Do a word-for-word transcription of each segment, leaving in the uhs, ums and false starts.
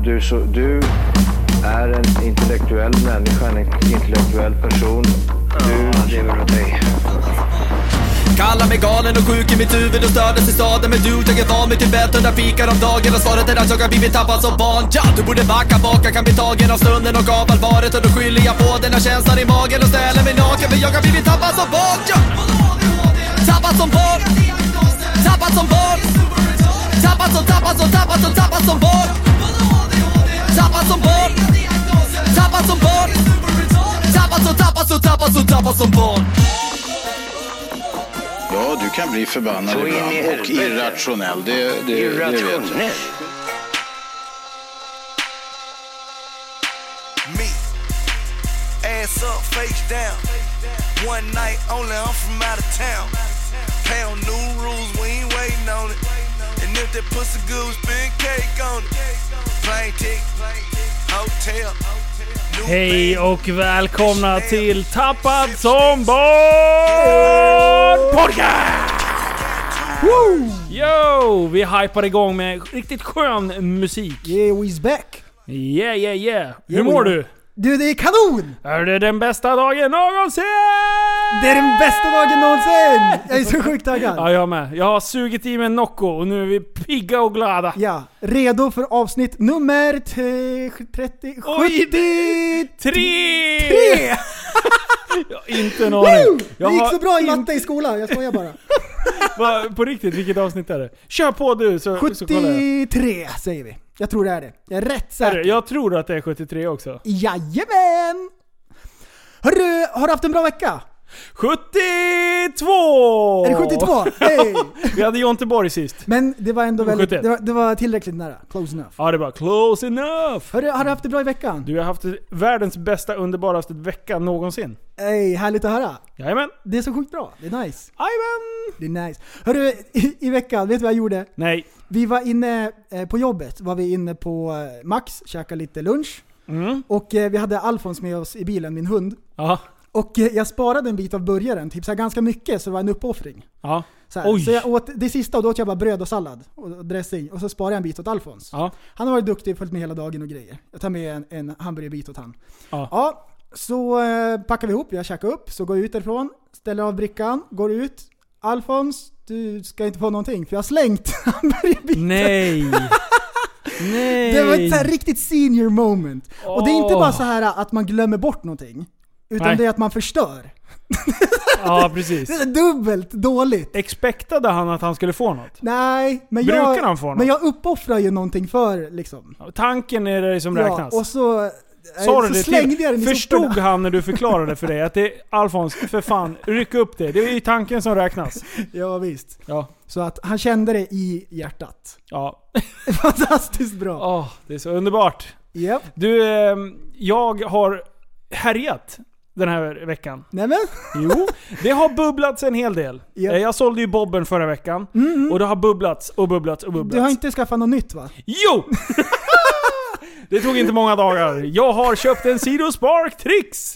du, så, du är en intellektuell människa, en intellektuell person. Du lever åt dig. Kallar mig galen och sjuk i mitt huvud och stördes i staden. Men du, jag är van vid Tibet under fikar om dagen. Och svaret är att jag har blivit tappad som barn. Ja, du borde backa bak, jag kan bli tagen av stunden och av allvaret. Och då skyller jag på den här känslan i magen och ställer mig naken. För jag har blivit tappad som barn. Ja. Tappad som barn. Tappad som barn. Tappad som, tappad som, tappad som, tappad som barn. Tappad som barn. Tappad som barn. Tappad som, tappad som, tappad som, tappad som barn. Ja, du kan bli förbannad ibland och irrationell. Det, det, det vet jag. Me, ass up, face down. One night only, I'm from out of town. Play on new rules, we ain't waiting on it. And if that pussy good, we spin cake on it. Plane ticket, hotel. Hej och välkomna till Tappad som barn podcast! Woo! Yo, vi hypar igång med riktigt skön musik. Yeah, we's back. Yeah, yeah, yeah. Hur mår du? Du, det är kanon! Är det den bästa dagen någonsin? Det är den bästa dagen någonsin! Jag är så sjukt taggad. Ja, jag med. Jag har sugit i mig en Nocco och nu är vi pigga och glada. Ja, redo för avsnitt nummer trettio... sjuttiotre! Tre! Jag har inte en aning. Det gick så bra i matte i skolan, jag skojar bara. Va, på riktigt, vilket avsnitt är det? Kör på du så, sjuttiotre så säger vi. Jag tror det är det. Jag är rätt säker. Är det? Jag tror att det är sjuttiotre också. Jajamän! Hörru, har du haft en bra vecka? sjuttiotvå! Är det sjuttiotvå? Hey. Vi hade Jonteborg sist. Men det var ändå väldigt, det var, det var tillräckligt nära. Close enough. Ja, det var close enough. Hörru, har du haft det bra i veckan? Du har haft världens bästa, underbaraste vecka någonsin. Ey, härligt att höra. Jajamän. Det är så sjukt bra. Det är nice. Jajamän. Det är nice. Hörru, i, i veckan, vet du vad jag gjorde? Nej. Vi var inne eh, på jobbet. Var vi inne på eh, Max, käkade lite lunch. Mm. Och eh, vi hade Alfons med oss i bilen, min hund. Ja. Och eh, jag sparade en bit av burgaren, typ så här ganska mycket, så det var en uppoffring. Ja. Så, här, så jag åt det sista och då åt jag bara bröd och sallad och dressing. Och så sparade jag en bit åt Alfons. Ja. Han har varit duktig, följt med hela dagen och grejer. Jag tar med en, en hamburgerbit åt han. Ja. Ja, så eh, packar vi ihop, jag käkar upp, så går jag ut därifrån, ställer av brickan, går ut. Alfons, du ska inte få någonting, för jag har slängt hamburgerbiten. Nej. Nej. Det var ett så här riktigt senior moment. Oh. Och det är inte bara så här att man glömmer bort någonting, utan Nej. det är att man förstör. Ja, precis. Det är dubbelt dåligt. Expectade han att han skulle få något? Nej, men Brukar jag, han få något? men jag uppoffrar ju någonting för liksom. Tanken är det som ja, räknas. Och så, så så slängde jag den i Förstod soporna. han när du förklarade för dig att det Alfons, för fan, ryck upp det. Det är ju tanken som räknas. Ja, visst. Ja. Så att han kände det i hjärtat. Ja. Fantastiskt bra. Åh, oh, det är så underbart. Yep. Du, eh, jag har härjat den här veckan. Nämen? Jo, det har bubblats en hel del. Yep. Jag sålde ju bobben förra veckan. Mm-hmm. Och det har bubblats och bubblats och bubblats. Du har inte skaffat något nytt, va? Jo! Det tog inte många dagar. Jag har köpt en Sidospark Trix.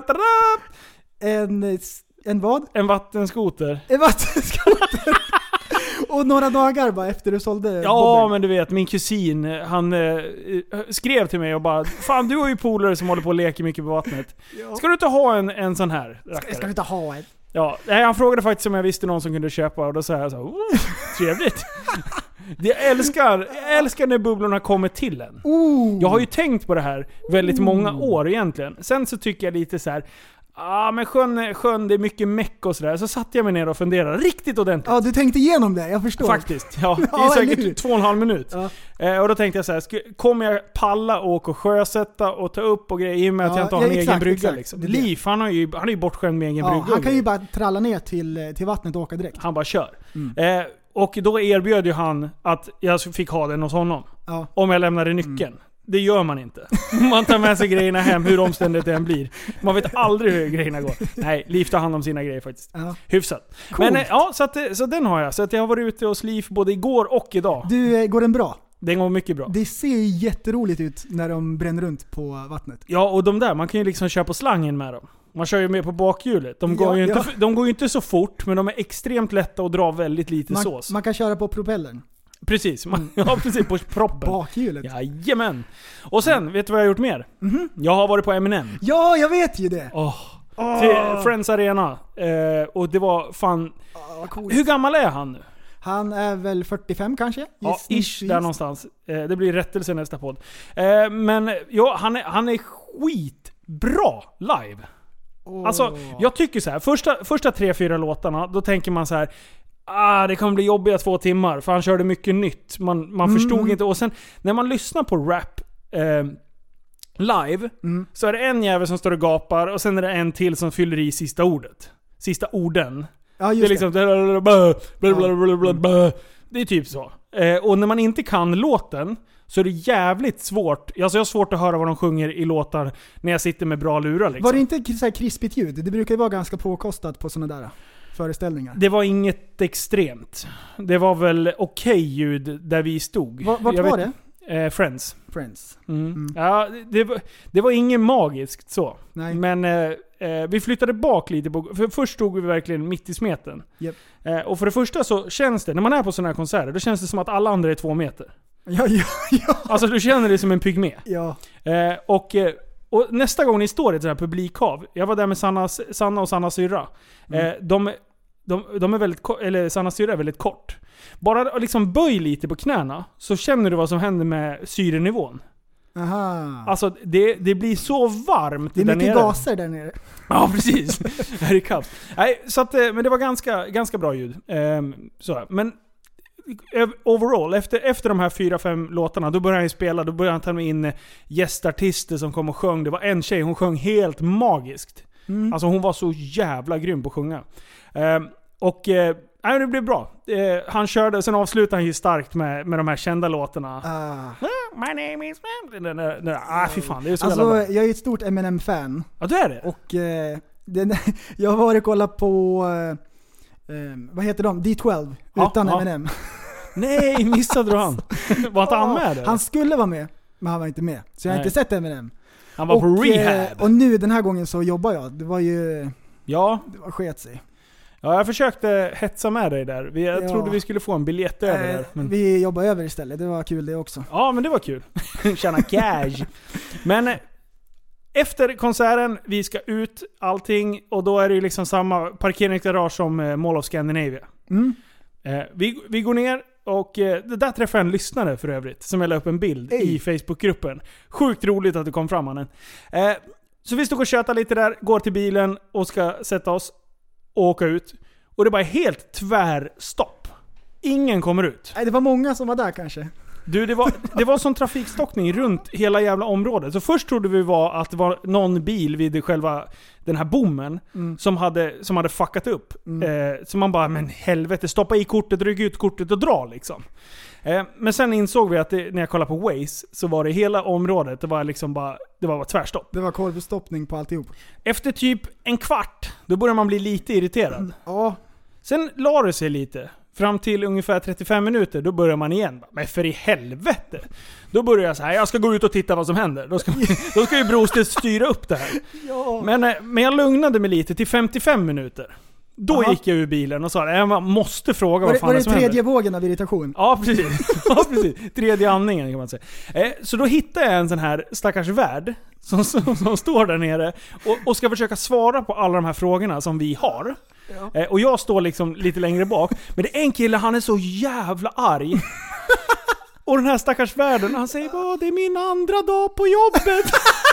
En, en vad? En vattenskoter. En vattenskoter. Och några dagar bara efter du sålde Ja, bobben. Men du vet, min kusin, han eh, skrev till mig och bara, fan, du har ju polare som håller på och leker mycket på vattnet. Ja. Ska du inte ha en, en sån här rackare? Ska, ska du inte ha en? Ja, han frågade faktiskt om jag visste någon som kunde köpa, och då sa jag så här, oh, trevligt. Jag älskar, jag älskar när bubblorna kommer till en. Oh. Jag har ju tänkt på det här väldigt många år egentligen. Sen så tycker jag lite så här, ah, men sjön, sjön, det är mycket meck och sådär. Så satte jag mig ner och funderade riktigt ordentligt. Ja, du tänkte igenom det, jag förstår. Faktiskt, ja. Det är ja, säkert två och en halv minut. Ja. Eh, och då tänkte jag så här, sk- kommer jag palla och åka och sjösätta och ta upp och grejer i och med att ja, jag inte har ja, en exakt, egen brygga. exakt. Liksom. Liv, han, har ju, han är ju bortskämd med egen ja, brygga. Han kan ju bara tralla ner till, till vattnet och åka direkt. Han bara kör. Mm. Eh, och då erbjöd ju han att jag fick ha den hos honom. Ja. Om jag lämnade nyckeln. Mm. Det gör man inte. Man tar med sig grejerna hem, hur omständigt det än blir. Man vet aldrig hur grejerna går. Nej, Liv tar hand om sina grejer faktiskt. Ja. Hyfsat. Coolt. Men så, att, så den har jag. Så att jag har varit ute hos Liv både igår och idag. Du, går den bra? Den går mycket bra. Det ser ju jätteroligt ut när de bränner runt på vattnet. Ja, och de där, man kan ju liksom köra på slangen med dem. Man kör ju med på bakhjulet. De går, ja, ju, inte, ja. de går ju inte så fort, men de är extremt lätta att dra väldigt lite man, sås. Man kan köra på propellern. Precis, man, ja precis, på proppen. Bakhjulet. Jajamän. Och sen, vet du vad jag har gjort mer? Mm-hmm. Jag har varit på Eminem. Ja, jag vet ju det. Oh. Oh. Till Friends Arena. Eh, och det var fan... Oh, hur gammal är han nu? Han är väl fyrtiofem kanske? Ja, ish där någonstans. Eh, det blir rättelse nästa podd. Eh, men ja, han är, han är skitbra live. Oh. Alltså, jag tycker så här. Första, första tre, fyra låtarna, då tänker man så här. Ah, det kommer bli jobbiga två timmar. För han körde mycket nytt. Man, man mm. förstod inte. Och sen, när man lyssnar på rap... Eh, live, mm. så är det en jävel som står och gapar och sen är det en till som fyller i sista ordet. Sista orden. Ja, just det är liksom det. Blablabla. Det är typ så. Eh, och när man inte kan låten så är det jävligt svårt. Alltså jag har svårt att höra vad de sjunger i låtar när jag sitter med bra lurar liksom. Var det inte så här krispigt ljud? Det brukar ju vara ganska påkostat på såna där föreställningar. Det var inget extremt. Det var väl okej okay ljud där vi stod. Va, vart jag var vet, det? Eh, Friends. Friends. Mm. Mm. Ja, det var, det var inget magiskt så. Nej. Men eh, eh, vi flyttade bak lite på, för först stod vi verkligen mitt i smeten. Yep. Eh, och för det första så känns det, när man är på sådana här konserter, då känns det som att alla andra är två meter. Ja, ja, ja. Alltså du känner dig som en pygmé. Ja. Eh, och, och nästa gång ni står i ett sådant här publikhav, jag var där med Sanna, Sanna och Sanna syrra. Mm. Eh, de, de, de är väldigt, eller Sanna syrra är väldigt kort. Bara liksom böj lite på knäna så känner du vad som händer med syrenivån. Aha. Alltså det, det blir så varmt där nere. Det är mycket nere. gaser där nere. Ja, precis. Här är kallt. Nej, så att, men det var ganska, ganska bra ljud. Ehm, så. Men overall, efter, efter de här fyra, fem låtarna, då började han spela, då började han ta in gästartister som kom och sjöng. Det var en tjej, hon sjöng helt magiskt. Mm. Alltså hon var så jävla grym på att sjunga. Ehm, och nej, det blev bra. Eh, han körde, sen avslutade han ju starkt med, med de här kända låtarna. Uh. My name is... Den där, den ah, fy fan, det är så alltså, bra. Jag är ett stort Eminem-fan. Ja, du är det? Och eh, den, jag har varit och kollat på... Eh, vad heter de? D tolv. Ja, utan ja. Eminem. Nej, missade du han? Var inte han med? Eller? Han skulle vara med, men han var inte med. Så jag har Nej. inte sett Eminem. Han var och, på rehab. Eh, och nu, den här gången, så jobbar jag. Det var ju... Ja. Det var sket sig. Ja, jag försökte hetsa med dig där. Vi, jag ja. trodde vi skulle få en biljett över äh, där. Men... Vi jobbar över istället. Det var kul det också. Ja, men det var kul. Tjäna cash. Men efter konserten, vi ska ut allting. Och då är det ju liksom samma parkeringsgarage som Mall of Scandinavia. Mm. Eh, vi, vi går ner och eh, det där träffade jag en lyssnare för övrigt. Som jag la upp en bild Ej. i Facebookgruppen. Sjukt roligt att det kom fram mannen. Eh, så vi stod och tjötade lite där. Går till bilen och ska sätta oss. Och åka ut. Och det bara är helt tvärstopp. Ingen kommer ut. Nej, det var många som var där kanske. Du, det var, det var sån trafikstockning runt hela jävla området. Så först trodde vi var att det var någon bil vid själva den här bommen mm. som, hade, som hade fuckat upp. Mm. Eh, så man bara, men helvete, stoppa i kortet, ryck ut kortet och dra liksom. Eh, men sen insåg vi att det, när jag kollade på Waze så var det hela området, det var liksom bara, det var bara tvärstopp. Det var korvstoppning på alltihop. Efter typ en kvart, då börjar man bli lite irriterad. Mm. Ja. Sen la det sig lite. Fram till ungefär trettiofem minuter, då börjar man igen. Men för i helvete! Då börjar jag så här, jag ska gå ut och titta vad som händer. Då ska, då ska ju Brostedt styra upp det här. Ja. Men, men jag lugnade mig lite till femtiofem minuter. Då Aha. gick jag ur bilen och sa att jag måste fråga var vad fan det, det som händer. Var det tredje händer. vågen av irritation? Ja, precis. Ja, precis. Tredje andningen kan man säga. Eh, så då hittade jag en sån här stackars värd som, som, som står där nere och, och ska försöka svara på alla de här frågorna som vi har. Ja. Eh, och jag står liksom lite längre bak. Men det är en kille, han är så jävla arg. Och den här stackars värden, han säger bara, det är min andra dag på jobbet.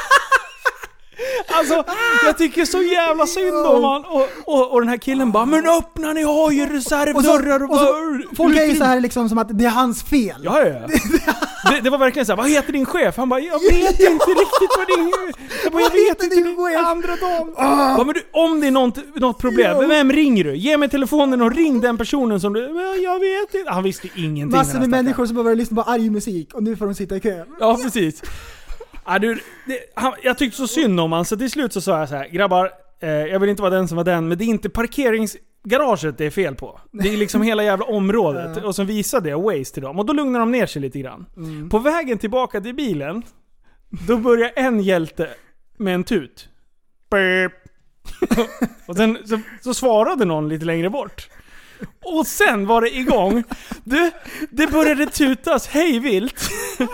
Alltså, jag tycker så jävla synd om han. Och, och, och den här killen bara, men öppna, ni har ju reservdörrar. Och, och, och, och folk är ju så här liksom som att det är hans fel. Ja, ja, ja. Det, det var verkligen så här, vad heter din chef? Han bara, jag vet ja. inte riktigt vad din... Jag, bara, jag vet inte din chef. Andra dagen. Ah. Bara, men du, om det är något, något problem, ja. vem ringer du? Ge mig telefonen och ring den personen som du... Jag vet inte. Han visste ingenting. Massor med människor som bara lyssna på arg musik och nu får de sitta i kö. Ja, precis. Ja, du, det, han, jag tyckte så synd om han, så till slut så sa jag så här, grabbar, eh, jag vill inte vara den som var den, men det är inte parkeringsgaraget det är fel på. Det är liksom hela jävla området. Och så visade jag Waze till dem. Och då lugnar de ner sig lite grann. Mm. På vägen tillbaka till bilen, då börjar en hjälte med en tut. Och sen så, så svarade någon lite längre bort. Och sen var det igång. Du, det började tutas hejvilt.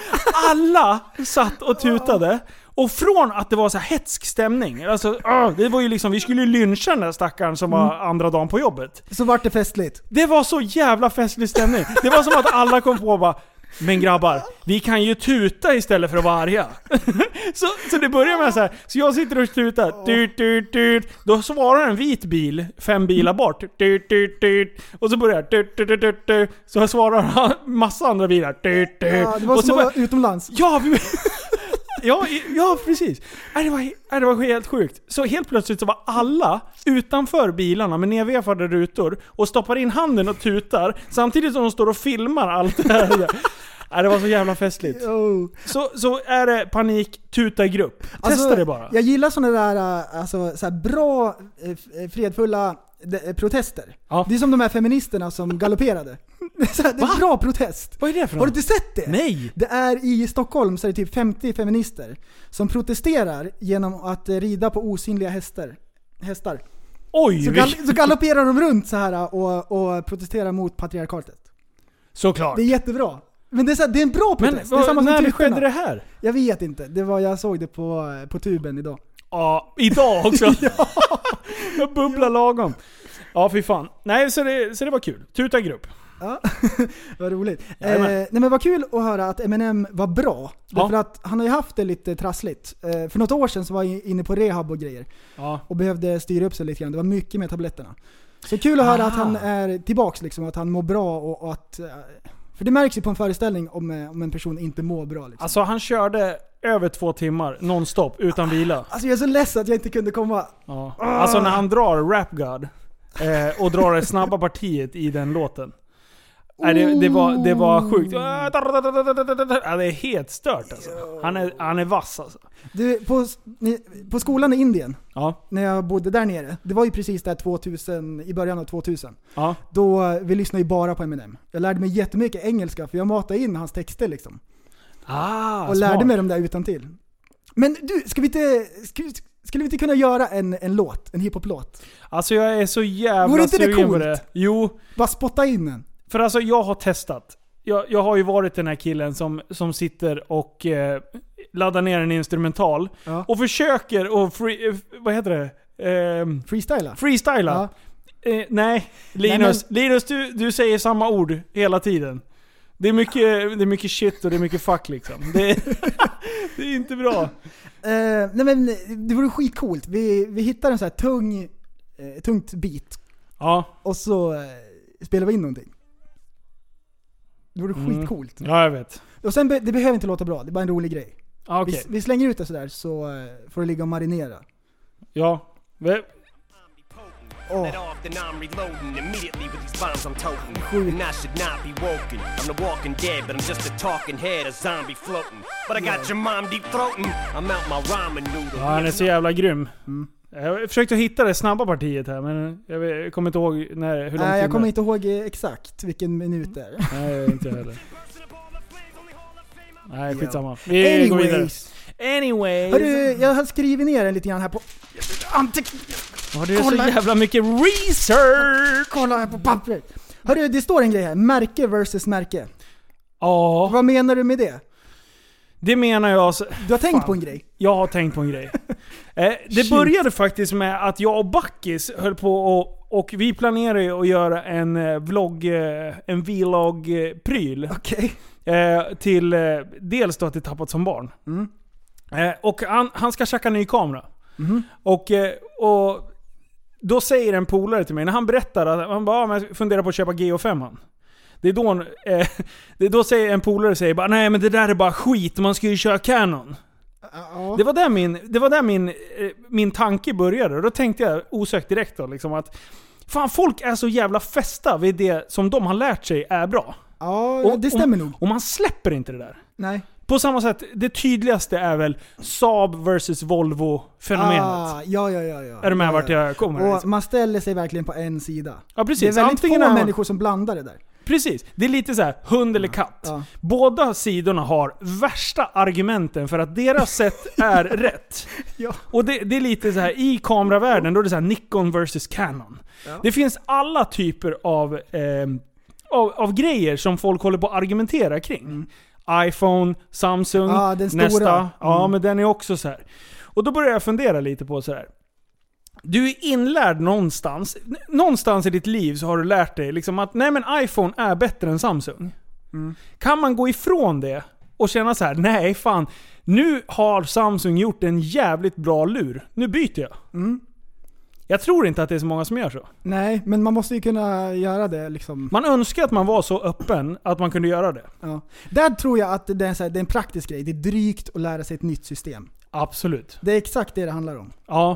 Alla satt och tutade. Och från att det var så här hetsk stämning. Alltså, uh, det var ju liksom, vi skulle lyncha den där stackaren som var andra dagen på jobbet. Så vart det festligt. Det var så jävla festlig stämning. Det var som att alla kom på och bara, men grabbar, vi kan ju tuta istället för att vara arga. så, så det börjar med så här. Så jag sitter och tutar. Tut, tut, tut. Då svarar en vit bil fem bilar bort. Tut, tut, tut. Och så börjar tut, tut, tut, tut, tut. Så svarar han massa andra bilar. Tut, tut. Ja, det var och som så var utomlands. Ja, vi, ja, ja, precis. Nej, det, var, nej, det var helt sjukt. Så helt plötsligt så var alla utanför bilarna med nedvefade rutor och stoppar in handen och tutar samtidigt som de står och filmar allt det här. Nej, det var så jävla festligt. Oh. Så, så är det panik, tuta i grupp. Testa alltså, det bara. Jag gillar såna där alltså, så här bra, fredfulla de, protester. Ja. Det är som de här feministerna som galopperade. Det är en bra protest. Vad är det för Har något? du inte sett det? Nej. Det är i Stockholm så är det typ femtio feminister som protesterar genom att rida på osynliga hästar. hästar. Oj, Så, vi... gal- så galopperar de runt så här och, och protesterar mot patriarkatet. Såklart. Det är jättebra. Men det är, så här, det är en bra protest. Men det är samma vad, som när Twitterna. skedde det här? Jag vet inte. Det var, jag såg det på, på tuben idag. Ja, idag också. Ja. Jag bubblar lagom. Ja, fy fan. Nej, så det, så det var kul. Tuta i grupp. Ja, vad roligt. Eh, Jajamän. nej men vad kul att höra att Eminem var bra. Ja. Därför att han har ju haft det lite trassligt. Eh, för något år sedan så var jag inne på rehab och grejer. Ja. Och behövde styra upp sig lite grann. Det var mycket med tabletterna. Så kul att höra Aha. att han är tillbaks liksom. Att han mår bra och, och att... Eh, för det märks ju på en föreställning om, eh, om en person inte mår bra liksom. Alltså han körde över två timmar nonstop utan vila. Alltså jag är så ledsen att jag inte kunde komma. Ja. Alltså när han drar Rap God eh, och drar det snabba partiet i den låten. Nej, det, det, var, det var sjukt. Ja, det är helt stört alltså. Han är, han är vass alltså. Du, på, ni, på skolan i Indien, Ja. när jag bodde där nere, det var ju precis där tvåtusen, i början av tvåtusen. Ja. Då, vi lyssnade ju bara på Eminem. Jag lärde mig jättemycket engelska för jag matade in hans texter liksom. Ah, Och smart. lärde mig dem där utan till. Men du, ska vi inte, ska, skulle vi inte kunna göra en, en låt, en hiphop-låt? Alltså jag är så jävla Vore inte det sugen på coolt? det. Jo, Bara spotta in en. för alltså jag har testat. Jag, jag har ju varit den här killen som, som sitter och eh, laddar ner en instrumental Ja. och försöker och free, eh, vad heter det? Eh, Freestyla. freestyla. Ja. Eh, nej, Linus, Linus du, du säger samma ord hela tiden. Det är mycket, det är mycket shit och det är mycket fuck liksom. Det, det är inte bra. Eh, nej men det vore skitcoolt. Vi, vi hittar en så här tung, eh, tungt beat Ja. och så eh, spelar vi in någonting. Det vore Mm. skitcoolt. Ja, jag vet. Och sen, be, det behöver inte låta bra, det är bara en rolig grej. Ja, okej. Vi, vi slänger ut det sådär så eh, får det ligga och marinera. Ja. Ve- Åh, Let off, then I'm reloading immediately with these bombs I'm toting. Sjukt. And I should not be woken. I'm the walking dead, but I'm just a talking head, a zombie floating. But I got your mom deep throating. I'm out my ramen noodle. Ja, han är så jävla grym. Mm. Jag försökte hitta det snabba partiet här, men jag, vet, jag kommer inte ihåg när, hur lång nej, tid jag kommer det inte ihåg eh, exakt vilken minut det är. är. Nej, inte jag heller. Nej, skitsamma. Vi går vidare. Anyways. Anyways. Hörru, jag har skrivit ner den lite grann här på... Antek- Ja, det är så kolla. jävla mycket research! Kolla här på pappret. Hörru, det står en grej här. Märke versus märke. Ja, Vad menar du med det? det menar jag. Så, Du har tänkt Fan. på en grej. jag har tänkt på en grej. Eh, det Shoot. började faktiskt med att jag och Backis höll på och, och vi planerade ju att göra en eh, vlogg, eh, en vlogg-pryl. Okej. Eh, till eh, dels då att det tappat som barn. Mm. Eh, och han, han ska checka ny kamera. Mhm. Och, eh, och då säger en polare till mig, när han berättar att han bara, ja, men jag funderar på att köpa G O fem. Det är då, eh, det är då säger en polare säger bara, nej men det där är bara skit, man ska ju köra Canon. Ja. Det var där min, det var där min, eh, min tanke började. Och då tänkte jag osökt direkt då, liksom att fan, folk är så jävla fästa vid det som de har lärt sig är bra. Ja, Och- det stämmer och, nog. Och man släpper inte det där. Nej. På samma sätt, det tydligaste är väl Saab versus Volvo-fenomenet. Ah, ja, ja, ja, ja. Är du med ja, vart ja. jag kommer? Och liksom? man ställer sig verkligen på en sida. Ja, Det precis. är väldigt Antingen få är man, människor som blandar det där. Precis. Det är lite så här hund eller katt. Ja. Båda sidorna har värsta argumenten för att deras sätt är rätt. Ja. Och det, det är lite så här i kameravärlden, då är det så här Nikon versus Canon. Ja. Det finns alla typer av, eh, av, av grejer som folk håller på att argumentera kring. Mm. iPhone, Samsung, ah, den stora. nästa. Mm. Ja, men den är också så här. Och då börjar jag fundera lite på så här. Du är inlärd någonstans. Någonstans i ditt liv så har du lärt dig liksom att nej, men iPhone är bättre än Samsung. Mm. Kan man gå ifrån det och känna så här: nej fan, nu har Samsung gjort en jävligt bra lur. Nu byter jag. Mm. Jag tror inte att det är så många som gör så. Nej, men man måste ju kunna göra det liksom. Man önskar att man var så öppen att man kunde göra det. Ja. Där tror jag att det är, så här, det är en praktisk grej. Det är drygt att lära sig ett nytt system. Absolut. Det är exakt det det handlar om. Ja.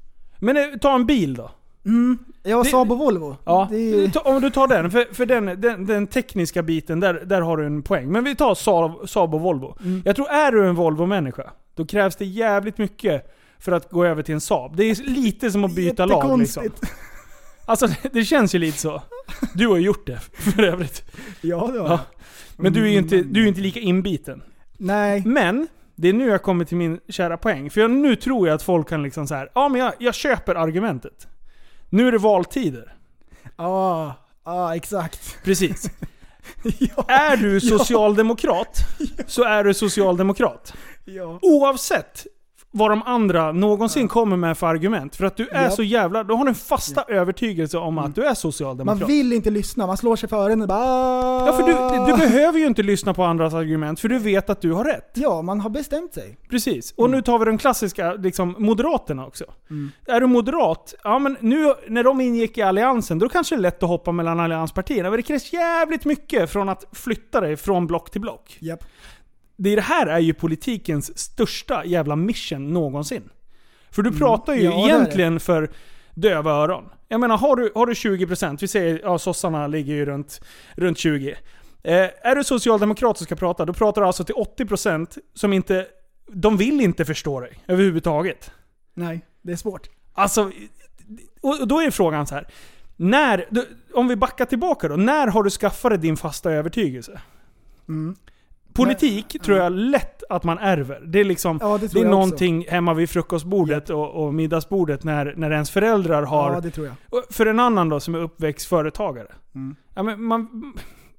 Men ta en bil då. Mm. Ja, Saab och Volvo. Ja, det är... om du tar den. För, för den, den, den tekniska biten, där, där har du en poäng. Men vi tar Saab, Saab och Volvo. Mm. Jag tror, är du en Volvo-människa, då krävs det jävligt mycket för att gå över till en Saab. Det är lite som att byta lag liksom. Alltså det känns ju lite så. Du har gjort det för övrigt. Ja, det var. Ja. Men du är ju inte, du är inte lika inbiten. Nej. Men det är nu jag kommer till min kära poäng. För jag, nu tror jag att folk kan liksom så här: ja men jag, jag köper argumentet. Nu är det valtider. Ja, ja exakt. Precis. Ja, är du socialdemokrat ja. så är du socialdemokrat. Ja. Oavsett vad de andra någonsin ja. kommer med för argument. För att du är ja. så jävla... Du har en fasta ja. övertygelse om att mm. du är socialdemokrat. Man vill inte lyssna, man slår sig för öronen och bara... Ja, för du, du behöver ju inte lyssna på andras argument, för du vet att du har rätt. Ja, man har bestämt sig. Precis. Och mm. nu tar vi de klassiska, liksom, moderaterna också. Mm. Är du moderat? Ja, men nu när de ingick i alliansen, då kanske det är lätt att hoppa mellan allianspartierna. Men det krävs jävligt mycket från att flytta dig från block till block. Japp. Det här är ju politikens största jävla mission någonsin. För du pratar ju mm. ja, egentligen det det. för döva öron. Jag menar, har du, har du tjugo procent, vi säger, ja, sossarna ligger ju runt, runt tjugo. Eh, är du socialdemokrat som ska prata, då pratar du alltså till åttio procent som inte, de vill inte förstå dig överhuvudtaget. Nej, det är svårt. Alltså, och då är frågan så här. När, om vi backar tillbaka då, när har du skaffat dig din fasta övertygelse? Mm. Politik Men, tror jag lätt att man ärver. Det är liksom ja, det, det är någonting också. Hemma vid frukostbordet och, och middagsbordet när, när ens föräldrar har... Ja, det tror jag. För en annan då som är uppväxt företagare. Mm. Ja, men man,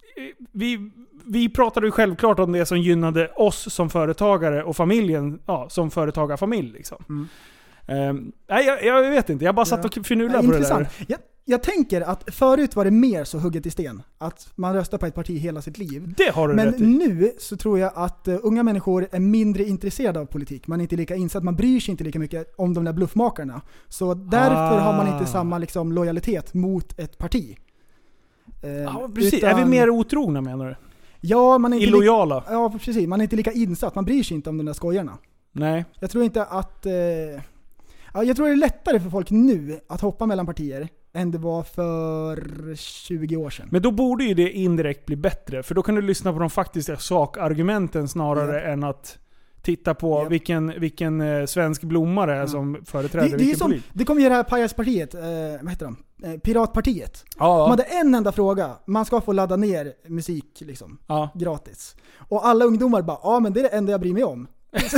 vi, vi pratade ju självklart om det som gynnade oss som företagare och familjen ja, som företagarfamilj. Liksom. Mm. Um, nej, jag, jag vet inte. Jag bara satt och finurlade ja, på intressant. det där. Jag, jag tänker att förut var det mer så hugget i sten. Att man röstar på ett parti hela sitt liv. Det har du Men rätt i. nu så tror jag att uh, unga människor är mindre intresserade av politik. Man är inte lika insatt. Man bryr sig inte lika mycket om de där bluffmakarna. Så därför ah. har man inte samma liksom, lojalitet mot ett parti. Uh, ja, precis. Utan, är vi mer otrogna menar du? Ja, man är inte illojala. Lika, ja, precis. Man är inte lika insatt. Man bryr sig inte om de där skojarna. Nej. Jag tror inte att... Uh, ja, jag tror det är lättare för folk nu att hoppa mellan partier än det var för tjugo år sedan. Men då borde ju det indirekt bli bättre. För då kan du lyssna på de faktiska sakargumenten snarare yep. än att titta på yep. vilken, vilken eh, svensk blommare är ja. som företräder det, det vilken är som, det kommer ju det här pajaspartiet, eh, vad heter de? Eh, Piratpartiet. Ja, ja. De hade en enda fråga. Man ska få ladda ner musik liksom, ja. gratis. Och alla ungdomar bara, ja men det är det enda jag bryr mig om.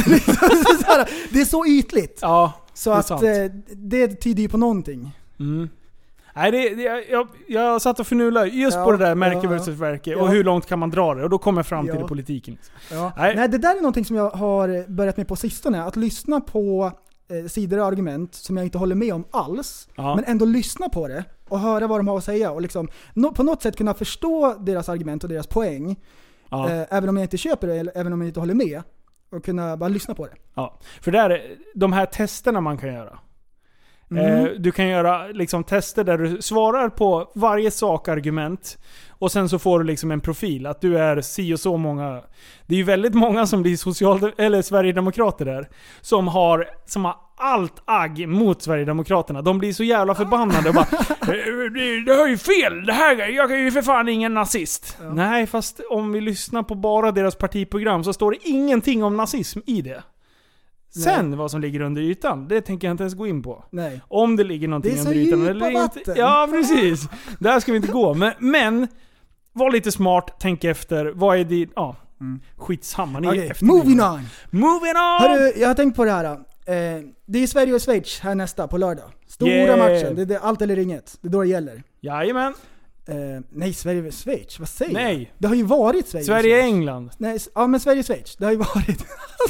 Det är så ytligt. Ja, så att eh, det tyder ju på någonting. Mm. Nej, det, det, jag, jag satt och förnulade just ja, på det där märke ja, versus verke ja. och hur långt kan man dra det och då kommer jag fram till ja. politiken. Ja. Nej. Nej, det där är någonting som jag har börjat med på sistone, att lyssna på eh, sidor och argument som jag inte håller med om alls, ja. men ändå lyssna på det och höra vad de har att säga och liksom no, på något sätt kunna förstå deras argument och deras poäng ja. eh, även om jag inte köper det eller även om jag inte håller med. Och kunna bara lyssna på det. Ja, för där, de här testerna man kan göra. Mm. Eh, du kan göra liksom tester där du svarar på varje sakargument. Och sen så får du liksom en profil. Att du är si och så många. Det är ju väldigt många som blir social, eller Sverigedemokrater där. Som har, som har allt agg mot Sverigedemokraterna. De blir så jävla förbannade och bara det, det har ju fel. Det här, jag är ju för fan ingen nazist. Ja. Nej, fast om vi lyssnar på bara deras partiprogram så står det ingenting om nazism i det. Sen Nej. vad som ligger under ytan, det tänker jag inte ens gå in på. Nej. Om det ligger någonting det är så under ytan eller vatten. inte. Ja, precis. Där ska vi inte gå. Men, men var lite smart, tänk efter. Vad är det? Ja, Mm. skitsamma. Ni Okay, är moving on! Moving on! Hörru, jag har tänkt på det här. Eh, det är Sverige och Schweiz här nästa på lördag. Stora Yeah. matchen. Det är det, allt eller inget. Det är då det gäller. Jajamän. Eh, nej, Sverige och Schweiz. Vad säger Nej. jag? Det har ju varit Sverige och Sverige Schweiz. England. Nej, s- ja men Sverige och Schweiz. Det har ju varit...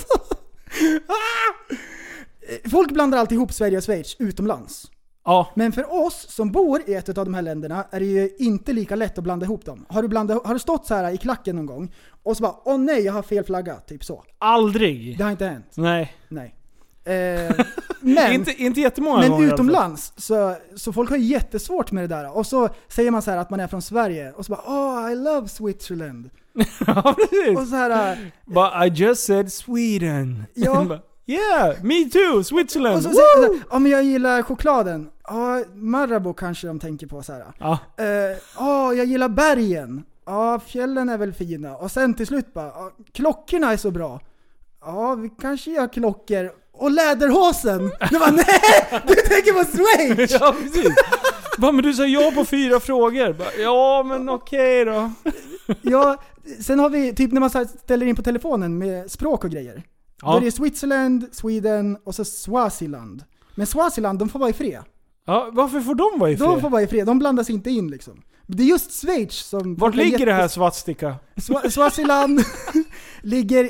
Ah! Folk blandar alltid ihop Sverige och Schweiz utomlands. Ja. Men för oss som bor i ett av de här länderna är det ju inte lika lätt att blanda ihop dem. Har du, blandat, har du stått så här i klacken någon gång och så bara, åh nej, jag har fel flagga, typ så. Aldrig. Det har inte hänt. Nej. Nej. Eh, men inte, inte jättemånga men gånger. utomlands så, så folk har ju jättesvårt med det där. Och så säger man så här att man är från Sverige och så bara, oh I love Switzerland. Ja, precis. Och så här, But I just said Sweden. Ja. Yeah, me too, Switzerland. och så säger man så här, ja men jag gillar chokladen. Ja, Marabou kanske de tänker på så här. Ja. Eh, ja, jag gillar bergen. Ja, fjällen är väl fina. Och sen till slut bara, ja, klockorna är så bra. Ja, vi kanske gör klockor. Och läderhosen. Du bara, nej! Du tänker på Schweiz! Ja, precis. Va, men du sa ja på fyra frågor. Bara, ja, men okej då. Ja, sen har vi typ när man så här ställer in på telefonen med språk och grejer. Ja. Då är det Switzerland, Sweden och så Swaziland. Men Swaziland, de får vara i fred. Ja, varför får de vara i fred? De får vara i fred, de blandas inte in liksom. Det är just Schweiz som... Vart folk är ligger det här jättes- Swatstika? Swa- Swaziland ligger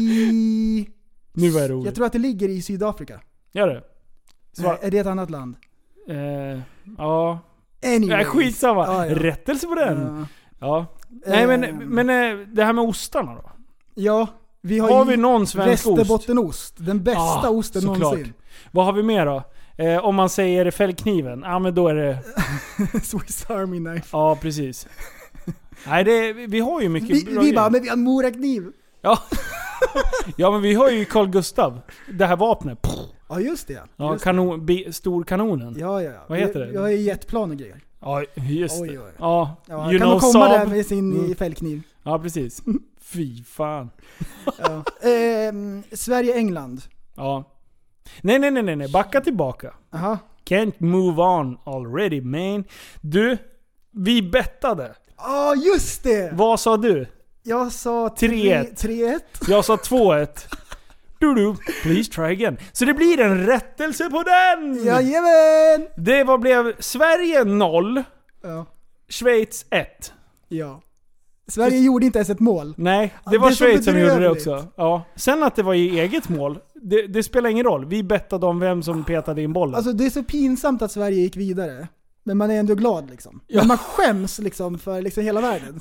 i... Nu är det roligt. Jag tror att det ligger i Sydafrika. Gör det? Swa- Är det ett annat land? eh, ja. Anyways. Nej, skitsamma. Ja, ja. Rättelse på den. Ja. Ja. Nej, men, Ehm. men eh, det här med ostarna då? Ja, vi har, Har ju vi någon svensk ost? Västerbottenost. Den bästa Ah, osten såklart. någonsin. Vad har vi mer då? Eh, om man säger fällkniven, ja men då är det... Swiss Army Knife. Ja, precis. Nej, det, vi har ju mycket Vi, bra vi grejer. bara, men vi har morakniv. Ja. Ja, men vi har ju Carl Gustav. Det här vapnet. Ja, just det. Ja, Just kanon, be, storkanonen. det. Ja, ja, ja. Vad heter det? Vi, vi har ju jetplan och grejer. Ja, just Oj, det. oj. Ja, Ja, you kan know man komma Saab. där med sin Mm. fällkniv. Ja, precis. Fy fan. Ja. Ehm, Sverige-England. Ja. Nej, nej, nej, nej, nej. Backa tillbaka. Aha. Can't move on already, man. Du, vi bettade. Ja, just det! Vad sa du? Jag sa tre ett. tre ett. Jag sa två ett. Du, du, please try again. Så det blir en rättelse på den! Jajamän! Det var, blev Sverige noll, Ja. Schweiz ett. ja. Sverige gjorde inte ens ett mål. Nej, det Ja, var det är så Schweiz som gjorde det bedrövligt. också. Ja. Sen att det var i eget mål, det, det spelar ingen roll. Vi bettade om vem som petade in bollen. Alltså det är så pinsamt att Sverige gick vidare. Men man är ändå glad liksom. Ja. Men man skäms liksom för liksom hela världen.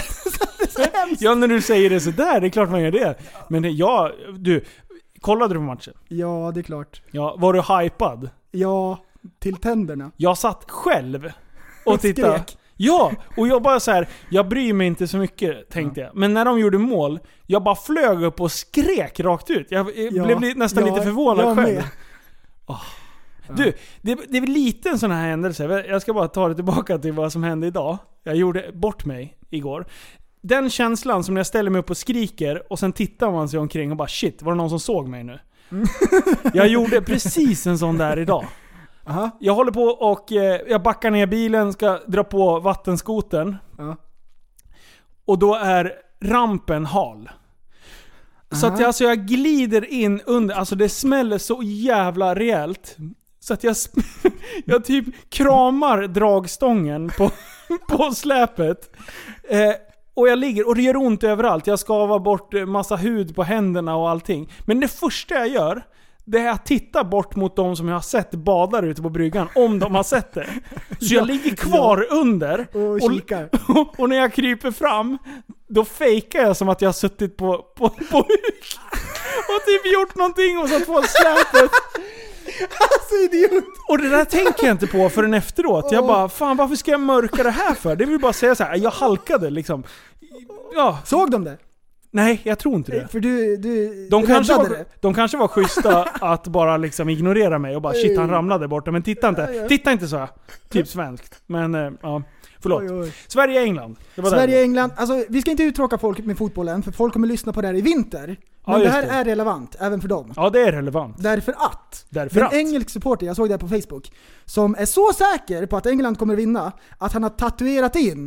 Ja, när du säger det så där, det är klart man gör det. Men det, ja, du, kollade du på matchen? Ja, det är klart. Ja, var du hypad? Ja, till tänderna. Jag satt själv och Och tittade. skrek. Ja, och jag bara så här, jag bryr mig inte så mycket, tänkte jag. Men när de gjorde mål, jag bara flög upp och skrek rakt ut. Jag, jag Ja, blev li, nästan ja, lite förvånad jag själv. med. Oh. Du, det, det är väl lite en sån här händelse. Jag ska bara ta det tillbaka till vad som hände idag. Jag gjorde bort mig igår. Den känslan som när jag ställer mig upp och skriker och sen tittar man sig omkring och bara shit, var det någon som såg mig nu? Mm. Jag gjorde precis en sån där idag. Aha. Jag håller på och eh, jag backar ner bilen, ska dra på vattenskoten. Ja. Och då är rampen hal. Så att Aha. jag, alltså jag glider in under, alltså det smäller så jävla rejält. Så att jag, sp- jag typ kramar dragstången på, på släpet. Eh, och jag ligger, och det gör ont överallt. Jag skavar bort massa hud på händerna och allting. Men det första jag gör, det är att titta bort mot de som jag har sett badar ute på bryggan, om de har sett det. Så jag ligger kvar under. Och kikar. Och, och när jag kryper fram, då fejkar jag som att jag har suttit på, på, på huk. Och typ gjort någonting och satt på släpet. Alltså idiot! Och det där tänker jag inte på förrän efteråt. Jag bara, fan varför ska jag mörka det här för? Det vill bara säga så här, jag halkade liksom. Ja. Såg de det? Nej, jag tror inte det. För du, du De kanske, räddade var, det. de kanske var schyssta att bara liksom ignorera mig och bara shit, han ramlade borta. Men titta inte, titta inte så här. Typ svenskt. Men eh, ja, förlåt. Oj, oj. Sverige-England. Det var Sverige-England, alltså vi ska inte uttråka folk med fotbollen, för folk kommer lyssna på det här i vinter. Men Ja, det just här det. är relevant, även för dem. Ja, det är relevant. Därför att, Därför en att. engelsk supporter, jag såg det här på Facebook, som är så säker på att England kommer vinna, att han har tatuerat in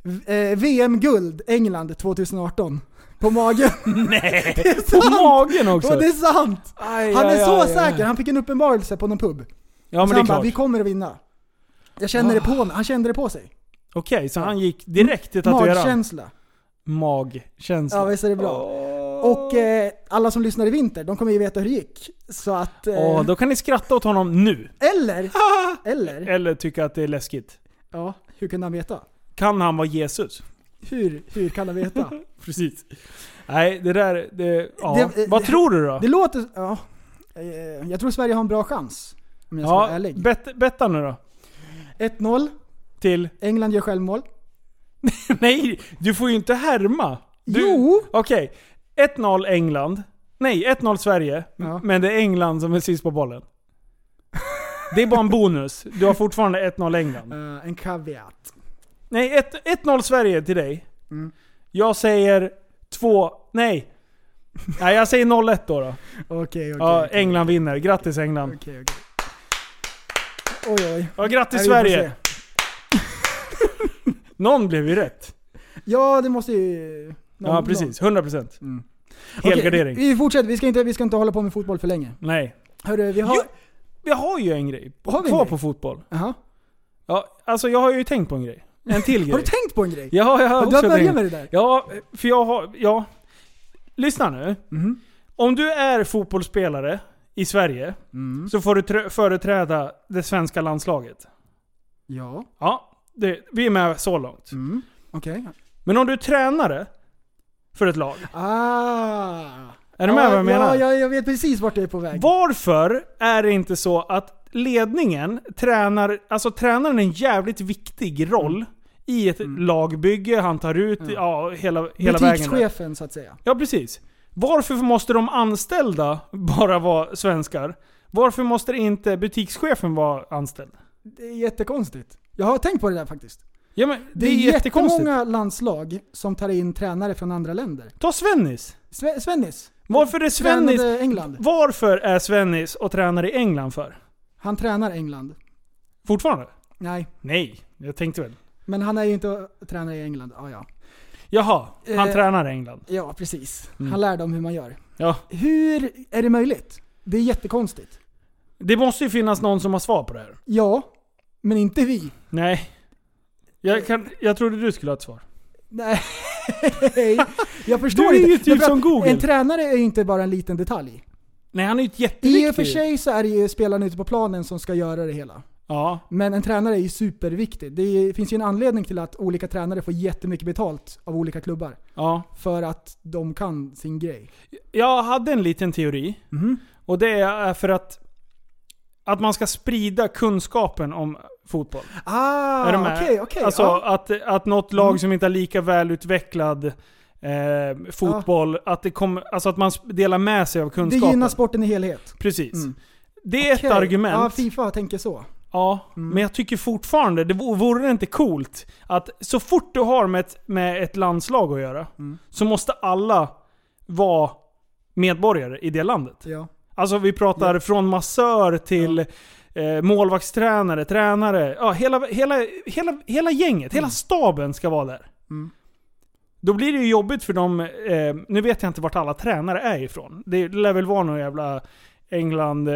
Eh, V M-guld England tjugoarton. På magen. Nej, på magen också. Och det är sant. Aj, han är aj, så aj, säker. aj. Han fick en uppenbarelse på någon pub. Ja, men så det är han klart. bara, vi kommer att vinna. Jag kände ah. det på Han kände det på sig. Okej, okay, så han gick direkt till tatueraren. Magkänsla. Magkänsla. Ja, visst är det bra. Oh. Och eh, alla som lyssnar i vinter, de kommer ju veta hur det gick. Så att... Eh... Oh, då kan ni skratta åt honom nu. Eller... eller... Eller tycka att det är läskigt. Ja, hur kan han veta? Kan han vara Jesus? Hur, hur kan han veta? Precis. Nej, det där... Det, ja. det, Vad det, tror du då? Det låter... Ja, jag tror Sverige har en bra chans. Om jag ska ja, vara ärlig. Bet, betta nu då. ett noll. Till? England gör självmål. Nej, du får ju inte härma. Du, jo! Okej. Okay. ett noll England. Nej, ett noll Sverige. Ja. Men det är England som är sist på bollen. Det är bara en bonus. Du har fortfarande ett noll England. Uh, en caveat. Nej, ett noll Sverige till dig. Mm. Jag säger två... Nej. Nej, jag säger noll ett då. då. Okej, okej. Ja, okay, England okay. vinner. Grattis England. Okej, okej. Oj, oj. Ja, grattis Nej, Sverige. Någon blev ju rätt. Ja, det måste ju... Någon, ja, precis. hundra procent. Mm. Helgardering. Okay, vi fortsätter. Vi ska, inte, vi ska inte hålla på med fotboll för länge. Nej. Hörru, vi har... Jo, vi har ju en grej har vi kvar grej? på fotboll. Jaha. Ja, alltså jag har ju tänkt på en grej. En till grej. Har du tänkt på en grej? Ja, jag har du har också börjat tänkt. med det där? Ja, för jag har... Ja. Lyssna nu. Mm. Om du är fotbollsspelare i Sverige mm. så får du trö- företräda det svenska landslaget. Ja. Ja, det, vi är med så långt. Mm. Okej. Okay. Men om du är tränare för ett lag. Ah. Är du med ja, vad jag menar? Ja, jag vet precis vart du är på väg. Varför är det inte så att ledningen tränar, alltså tränaren är en jävligt viktig roll mm. i ett mm. lagbygge, han tar ut ja. Ja, hela, hela vägen. Butikschefen så att säga. Ja, precis. Varför måste de anställda bara vara svenskar? Varför måste inte butikschefen vara anställd? Det är jättekonstigt. Jag har tänkt på det där faktiskt. Ja, men det, det är, är jättemånga landslag som tar in tränare från andra länder. Ta Svennis. Sve- Svennis. Varför är Svennis England. Varför är Svennis och tränar i England för? Han tränar England. Fortfarande? Nej. Nej, jag tänkte väl. Men han är ju inte tränare i England. Ah, ja. Jaha, han eh, tränar i England. Ja, precis. Mm. Han lär dem hur man gör. Ja. Hur är det möjligt? Det är jättekonstigt. Det måste ju finnas någon som har svar på det här. Ja, men inte vi. Nej. Jag, kan, jag trodde du skulle ha ett svar. Nej, jag förstår du är inte. ju typ som Google. En tränare är ju inte bara en liten detalj. Nej, han är ju ett jätteviktig. I och för sig så är det ju spelarna ute på planen som ska göra det hela. Ja. Men en tränare är ju superviktig. Det är, finns ju en anledning till att olika tränare får jättemycket betalt av olika klubbar. Ja. För att de kan sin grej. Jag hade en liten teori. Mm. Och det är för att att man ska sprida kunskapen om fotboll. Ah, är du med? okej, okej. Alltså ah. att, att något lag mm. som inte är lika välutvecklad eh, fotboll, ah. att, det kom, alltså att man delar med sig av kunskapen. Det gynnar sporten i helhet. Precis. Mm. Det är okay. ett argument. Ja, FIFA tänker så. Ja, mm. men jag tycker fortfarande, det vore det inte coolt att så fort du har med ett, med ett landslag att göra, mm. så måste alla vara medborgare i det landet. Ja. Alltså vi pratar ja. från massör till ja. eh, målvaktstränare, tränare, ja, hela, hela, hela, hela gänget, mm. hela staben ska vara där. Mm. Då blir det ju jobbigt för dem, eh, nu vet jag inte vart alla tränare är ifrån. Det lär väl vara någon jävla England, eh,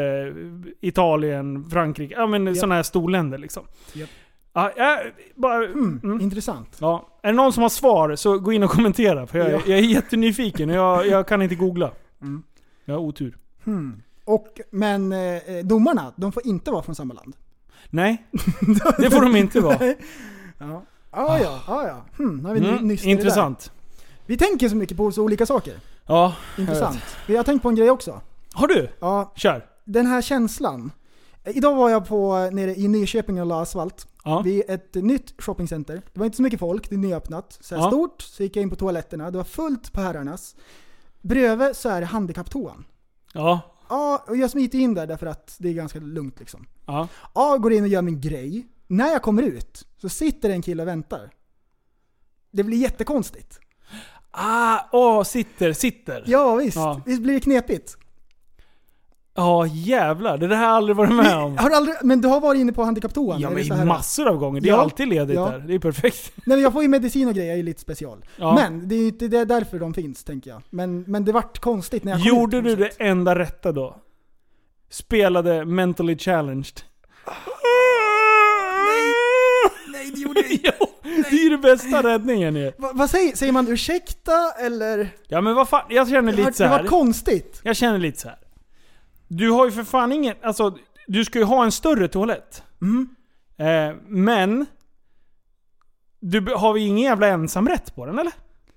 Italien, Frankrike, ja men yep. sådana här storländer liksom. Yep. Ja, jag, bara, mm, mm. Intressant. Ja. Är det någon som har svar så gå in och kommentera, för jag, ja. jag är jättenyfiken och jag, jag kan inte googla. Mm. Jag har otur. Hmm. Och, men eh, domarna, de får inte vara från samma land. Nej, det får de inte vara. Ja, ah, ja, ah, ja. Hmm, har vi mm, nyss intressant. Vi tänker så mycket på så olika saker. Ja, intressant. Vi har tänkt på en grej också. Har du? Ja. Kör. Den här känslan. Idag var jag på nere i Nyköping och la asfalt. Ja. Vid ett nytt shoppingcenter. Det var inte så mycket folk, det är nyöppnat. Så här ja. stort, så gick jag in på toaletterna. Det var fullt på herrarnas. Bredvid så är det handikapptoan. Ja. Ja, och jag smiter in där därför att det är ganska lugnt liksom. Ja. Ja, går in och gör min grej. När jag kommer ut så sitter en kille och väntar. Det blir jättekonstigt. Ah, åh, sitter, sitter. Ja, visst. Ja. Visst blir det knepigt. Ja, jävlar. Det där har jag aldrig varit med om. Har du aldrig, men du har varit inne på handikapptoan? Ja, är det men så här? massor av gånger. Det är Ja. alltid ledigt Ja. där. Det är perfekt. Nej, men jag får ju medicin och grejer, jag är lite special. Ja. Men det är ju inte det är därför de finns, tänker jag. Men, men det vart konstigt när jag kom Gjorde ut på du något sätt. det enda rätta då? Spelade mentally challenged? Nej, det gjorde jag inte. Jo, det är ju det bästa räddningen ju. Va, vad säger, säger man ursäkta eller? Ja, men vad fan, jag känner Det lite var, så det var här. konstigt. Jag känner lite så här. Du har ju för fan ingen, alltså du ska ju ha en större toalett. Mm. Eh, men du har vi ingen jävla ensamrätt på den, eller?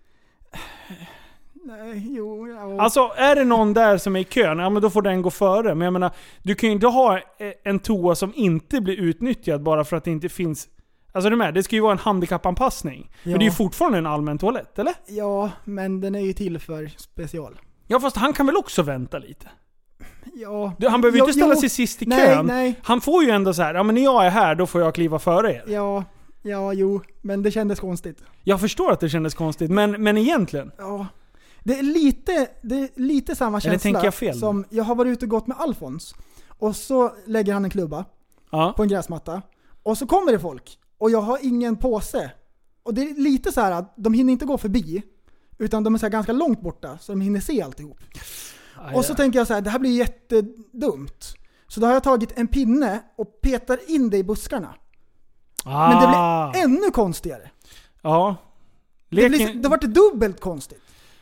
Nej, jo, ja. Alltså är det någon där som är i kön, ja men då får den gå före. Men jag menar, du kan ju inte ha en toa som inte blir utnyttjad bara för att det inte finns. Alltså du med, det ska ju vara en handikappanpassning. Ja. Men det är ju fortfarande en allmän toalett, eller? Ja, men den är ju till för special. Ja, fast han kan väl också vänta lite? Ja. Du, han behöver ju Jo, inte ställa jo. sig sist i Nej, kön. nej. Han får ju ändå så här, ja men när jag är här då får jag kliva före er. Ja, ja, jo. Men det kändes konstigt. Jag förstår att det kändes konstigt, men, men egentligen. Ja. Det är lite, det är lite samma Eller känsla tänker jag fel? som jag har varit ute och gått med Alfons. Och så lägger han en klubba Ja. på en gräsmatta. Och så kommer det folk. Och jag har ingen påse. Och det är lite så här att de hinner inte gå förbi. Utan de är så här ganska långt borta. Så de hinner se alltihop. Aj, Och så ja. tänker jag så här, det här blir jättedumt. Så då har jag tagit en pinne och petar in det i buskarna. Ah. Men det blir ännu konstigare. Ja. Det, Leken... blir, det vart det dubbelt konstigt.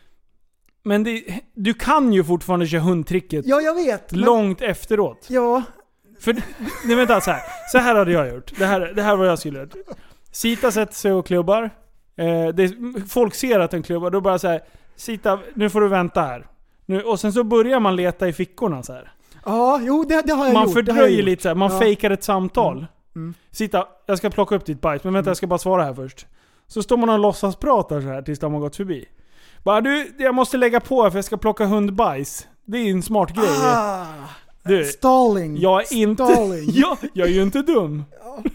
Men det, du kan ju fortfarande köra hundtricket Ja, jag vet. Men, långt efteråt. ja, För, nej vänta, så här. Så här hade jag gjort. Det här, det här var vad jag skulle gjort. Sita sätter sig och klubbar. Eh, det, folk ser att en klubbar. Då bara så här, Sita, nu får du vänta här. Nu, och sen så börjar man leta i fickorna så här. ja, jo, det, det har jag Man gjort. det har jag fördröjer gjort. lite så här. Man Ja. fejkar ett samtal. Mm. Mm. Sita, jag ska plocka upp ditt bajs. Men vänta, jag ska bara svara här först. Så står man och låtsas pratar så här tills de har gått förbi. Bara du, jag måste lägga på för jag ska plocka hundbajs. Det är en smart grej. Ah, Du, stalling. jag är inte... Stalling. jag, jag är ju inte dum.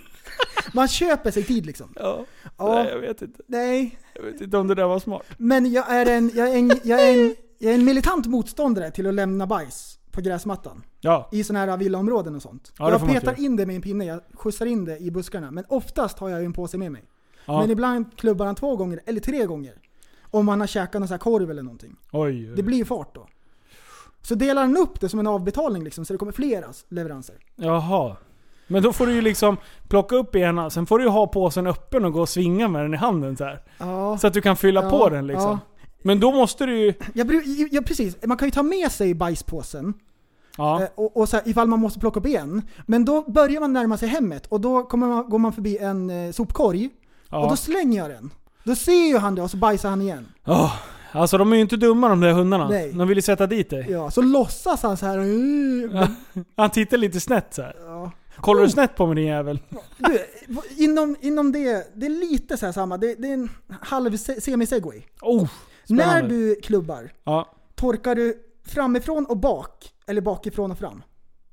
Man köper sig tid liksom. Ja. Ja. Nej, jag vet inte. Nej, Jag vet inte om det där var smart. men jag är en, jag är en, jag är en, jag är en militant motståndare till att lämna bajs på gräsmattan. Ja. I såna här villaområden och sånt. Ja, det jag får man petar inte in det med en pinne, jag skjutsar in det i buskarna. Men oftast har jag ju en påse med mig. Ja. Men ibland klubbar han två gånger, eller tre gånger. Om man har käkat någon sån här korv eller någonting. Oj. Det blir ju fart då. Så delar han upp det som en avbetalning liksom, så det kommer flera leveranser. Jaha. Men då får du ju liksom plocka upp ena, sen får du ju ha påsen öppen och gå och svinga med den i handen så här. Ja. Så att du kan fylla Ja, på den liksom. ja. Men då måste du ju... Jag, bru- ja, precis. Man kan ju ta med sig bajspåsen. Ja. Eh, och, och så här, ifall man måste plocka upp igen. Men då börjar man närma sig hemmet. Och då kommer man, går man förbi en eh, sopkorg. Ja. Och då slänger jag den. Då ser ju han det och så bajsar han igen. Oh, alltså de är ju inte dumma de där hundarna. Nej. De vill ju sätta dit dig. Ja, så låtsas han så här. "Uh." Han tittar lite snett så här. Ja. Kollar du Oh. snett på mig din jävel? Du, inom, inom det, det är lite så här samma. Det, det är en halv se- semi-segway. Oh, När spännande. du klubbar, Ja. torkar du framifrån och bak? Eller bakifrån och fram?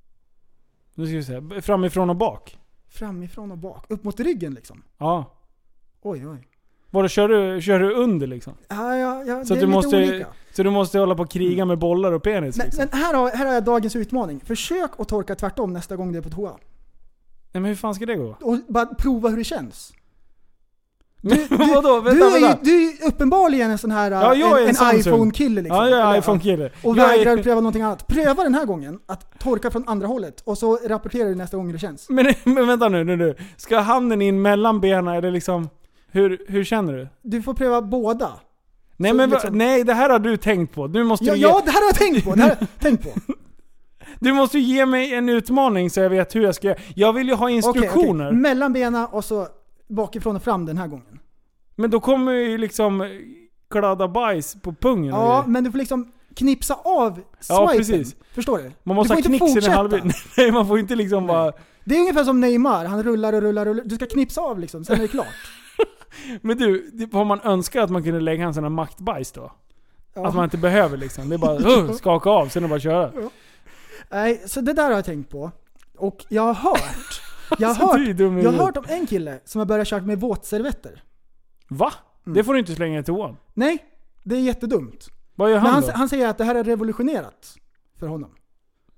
Nu ska vi se. Framifrån och bak. Framifrån och bak. Upp mot ryggen liksom. Ja. Oj, oj. Vadå, kör du, kör du under liksom? Ja, ja, ja, Så, det att är du lite måste, olika. så du måste hålla på och kriga med bollar och penis Men, liksom. men här, har, här har jag dagens utmaning. Försök att torka tvärtom nästa gång du är på toa. Nej, men hur fan ska det gå? Och bara prova hur det känns. Du, vadå? Vänta, Du är, ju, vänta. du är ju uppenbarligen en sån här Ja, jag är en, en en Samsung. iPhone-kille liksom. Ja, jag är Eller, iPhone-kille. Och Jag är- vägrar pröva någonting annat. Pröva den här gången att torka från andra hållet. Och så rapporterar du nästa gång hur det känns. Men, men vänta nu, nu, nu. Ska handen in mellan benen eller liksom... Hur, hur känner du? Du får pröva båda. Nej, Så men va- liksom- nej, det här har du tänkt på. Nu måste Ja, du, ja, ge, det här har jag tänkt på. Det här har jag tänkt på. du måste ju ge mig en utmaning så jag vet hur jag ska göra. Jag vill ju ha Okej, instruktioner. okej. Mellan benen och så bakifrån och fram den här gången. Men då kommer ju liksom kladda bajs på pungen. och Ja, grejer. men du får liksom knipsa av swipen. Ja, precis. Förstår du? Man måste du ha får inte knixen i fortsätta. halvväg. Nej, man får inte liksom bara... Det är ungefär som Neymar. Han rullar och rullar och rullar. Du ska knipsa av liksom, sen är det klart. Men du, det- har man önskat att man kunde lägga en sån här maktbajs då? Ja. Att man inte behöver liksom. Det är bara uh, skaka av, sen är det bara köra. Nej, så det där har jag tänkt på. Och jag har hört. Jag Alltså, har du är dum i hört, jag har huvudet. hört om en kille som har börjat köra med våtservetter. Va? Mm. Det får du inte slänga i toan. Nej, det är jättedumt. Vad gör Men han han, då? han säger att det här är revolutionerat för honom.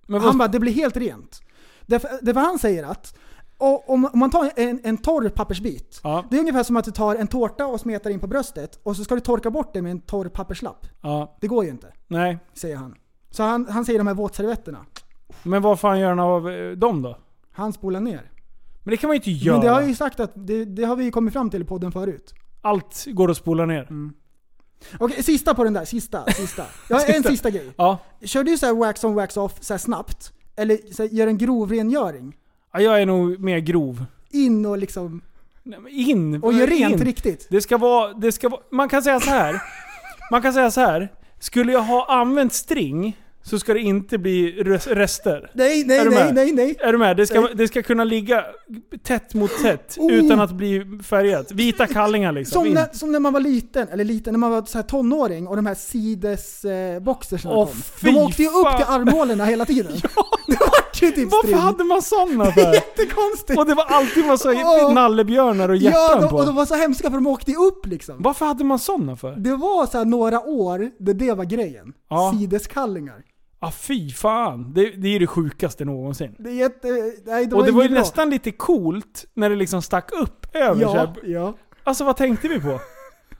Men han bara, det blir helt rent. Därför, därför han säger att och om, om man tar en, en torr pappersbit, ja. det är ungefär som att du tar en tårta och smetar in på bröstet och så ska du torka bort det med en torr papperslapp. Ja. Det går ju inte. Nej. Säger han. Så han, han säger de här våtservetterna. Men vad fan gör han av dem då? Han spolar ner. Men det kan man ju inte göra. Men det har jag ju sagt att det, det har vi ju kommit fram till i podden förut. Allt går att spola ner. Mm. Okej, sista på den där. Sista, sista. Jag har en sista grej. Ja. Kör du så här wax on, wax off så här snabbt? Eller så här, gör en grov rengöring? Ja, jag är nog mer grov. In och liksom... Nej, men in. Och gör rent in. riktigt. Det ska vara... Det ska vara man kan säga så här. Man kan säga så här. Skulle jag ha använt string så ska det inte bli rester. Nej, nej, nej, nej, nej. Är du med? Det ska, det ska kunna ligga tätt mot tätt oh. utan att bli färgat. Vita kallingar liksom. Som när, som när man var liten, eller liten, när man var så här tonåring och de här sides eh, boxersna oh, kom. De åkte ju upp till armhålorna hela tiden. Ja. Det var ju typ Varför string. hade man sådana för? Jättekonstigt. Och det var alltid massa oh. nallebjörnar och hjärtan ja, de, på. och de var så hemska för de åkte ju upp liksom. Varför hade man sådana för? Det var så här några år där det var grejen. Ja. Sideskallingar. Ja, ah, fy fan. Det, det är det sjukaste någonsin. Det är jätte, nej, det och var det var ju bra. nästan lite coolt när det liksom stack upp över ja, sig. ja. Alltså vad tänkte vi på?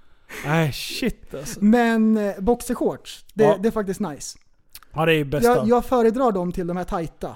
Nej, shit alltså. Men eh, boxershorts, det, ja. det är faktiskt nice. Ja, det är bästa. Jag, jag föredrar dem till de här tajta.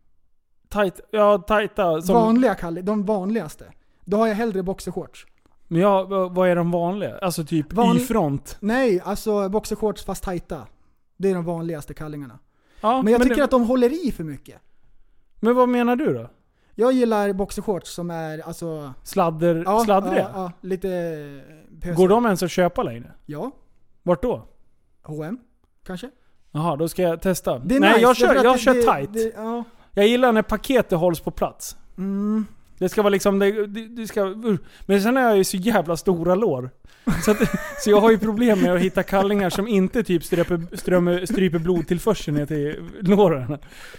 Tight, ja, tajta. Som... Vanliga kalli, de vanligaste. Då har jag hellre boxershorts. Men ja, vad är de vanliga? Alltså typ Van... Y-front? Nej, alltså boxershorts fast tajta. Det är de vanligaste kallingarna. Ja, men jag men tycker det... att de håller i för mycket. Men vad menar du då? Jag gillar boxershorts som är alltså... Sladder, ja, sladdriga? Ja, ja, lite pösiga. Går de ens att köpa längre? Ja. Vart då? H och M, kanske? Jaha, då ska jag testa. Det är Nej, nice, jag kör, jag det, kör det, tight. Det, ja. Jag gillar när paketet hålls på plats. Mm. Det ska vara liksom, det, det, det ska, men sen är jag ju så jävla stora lår. Så, att, så jag har ju problem med att hitta kallingar som inte typ stryper, strömmer, stryper blodtillförseln ner till låren.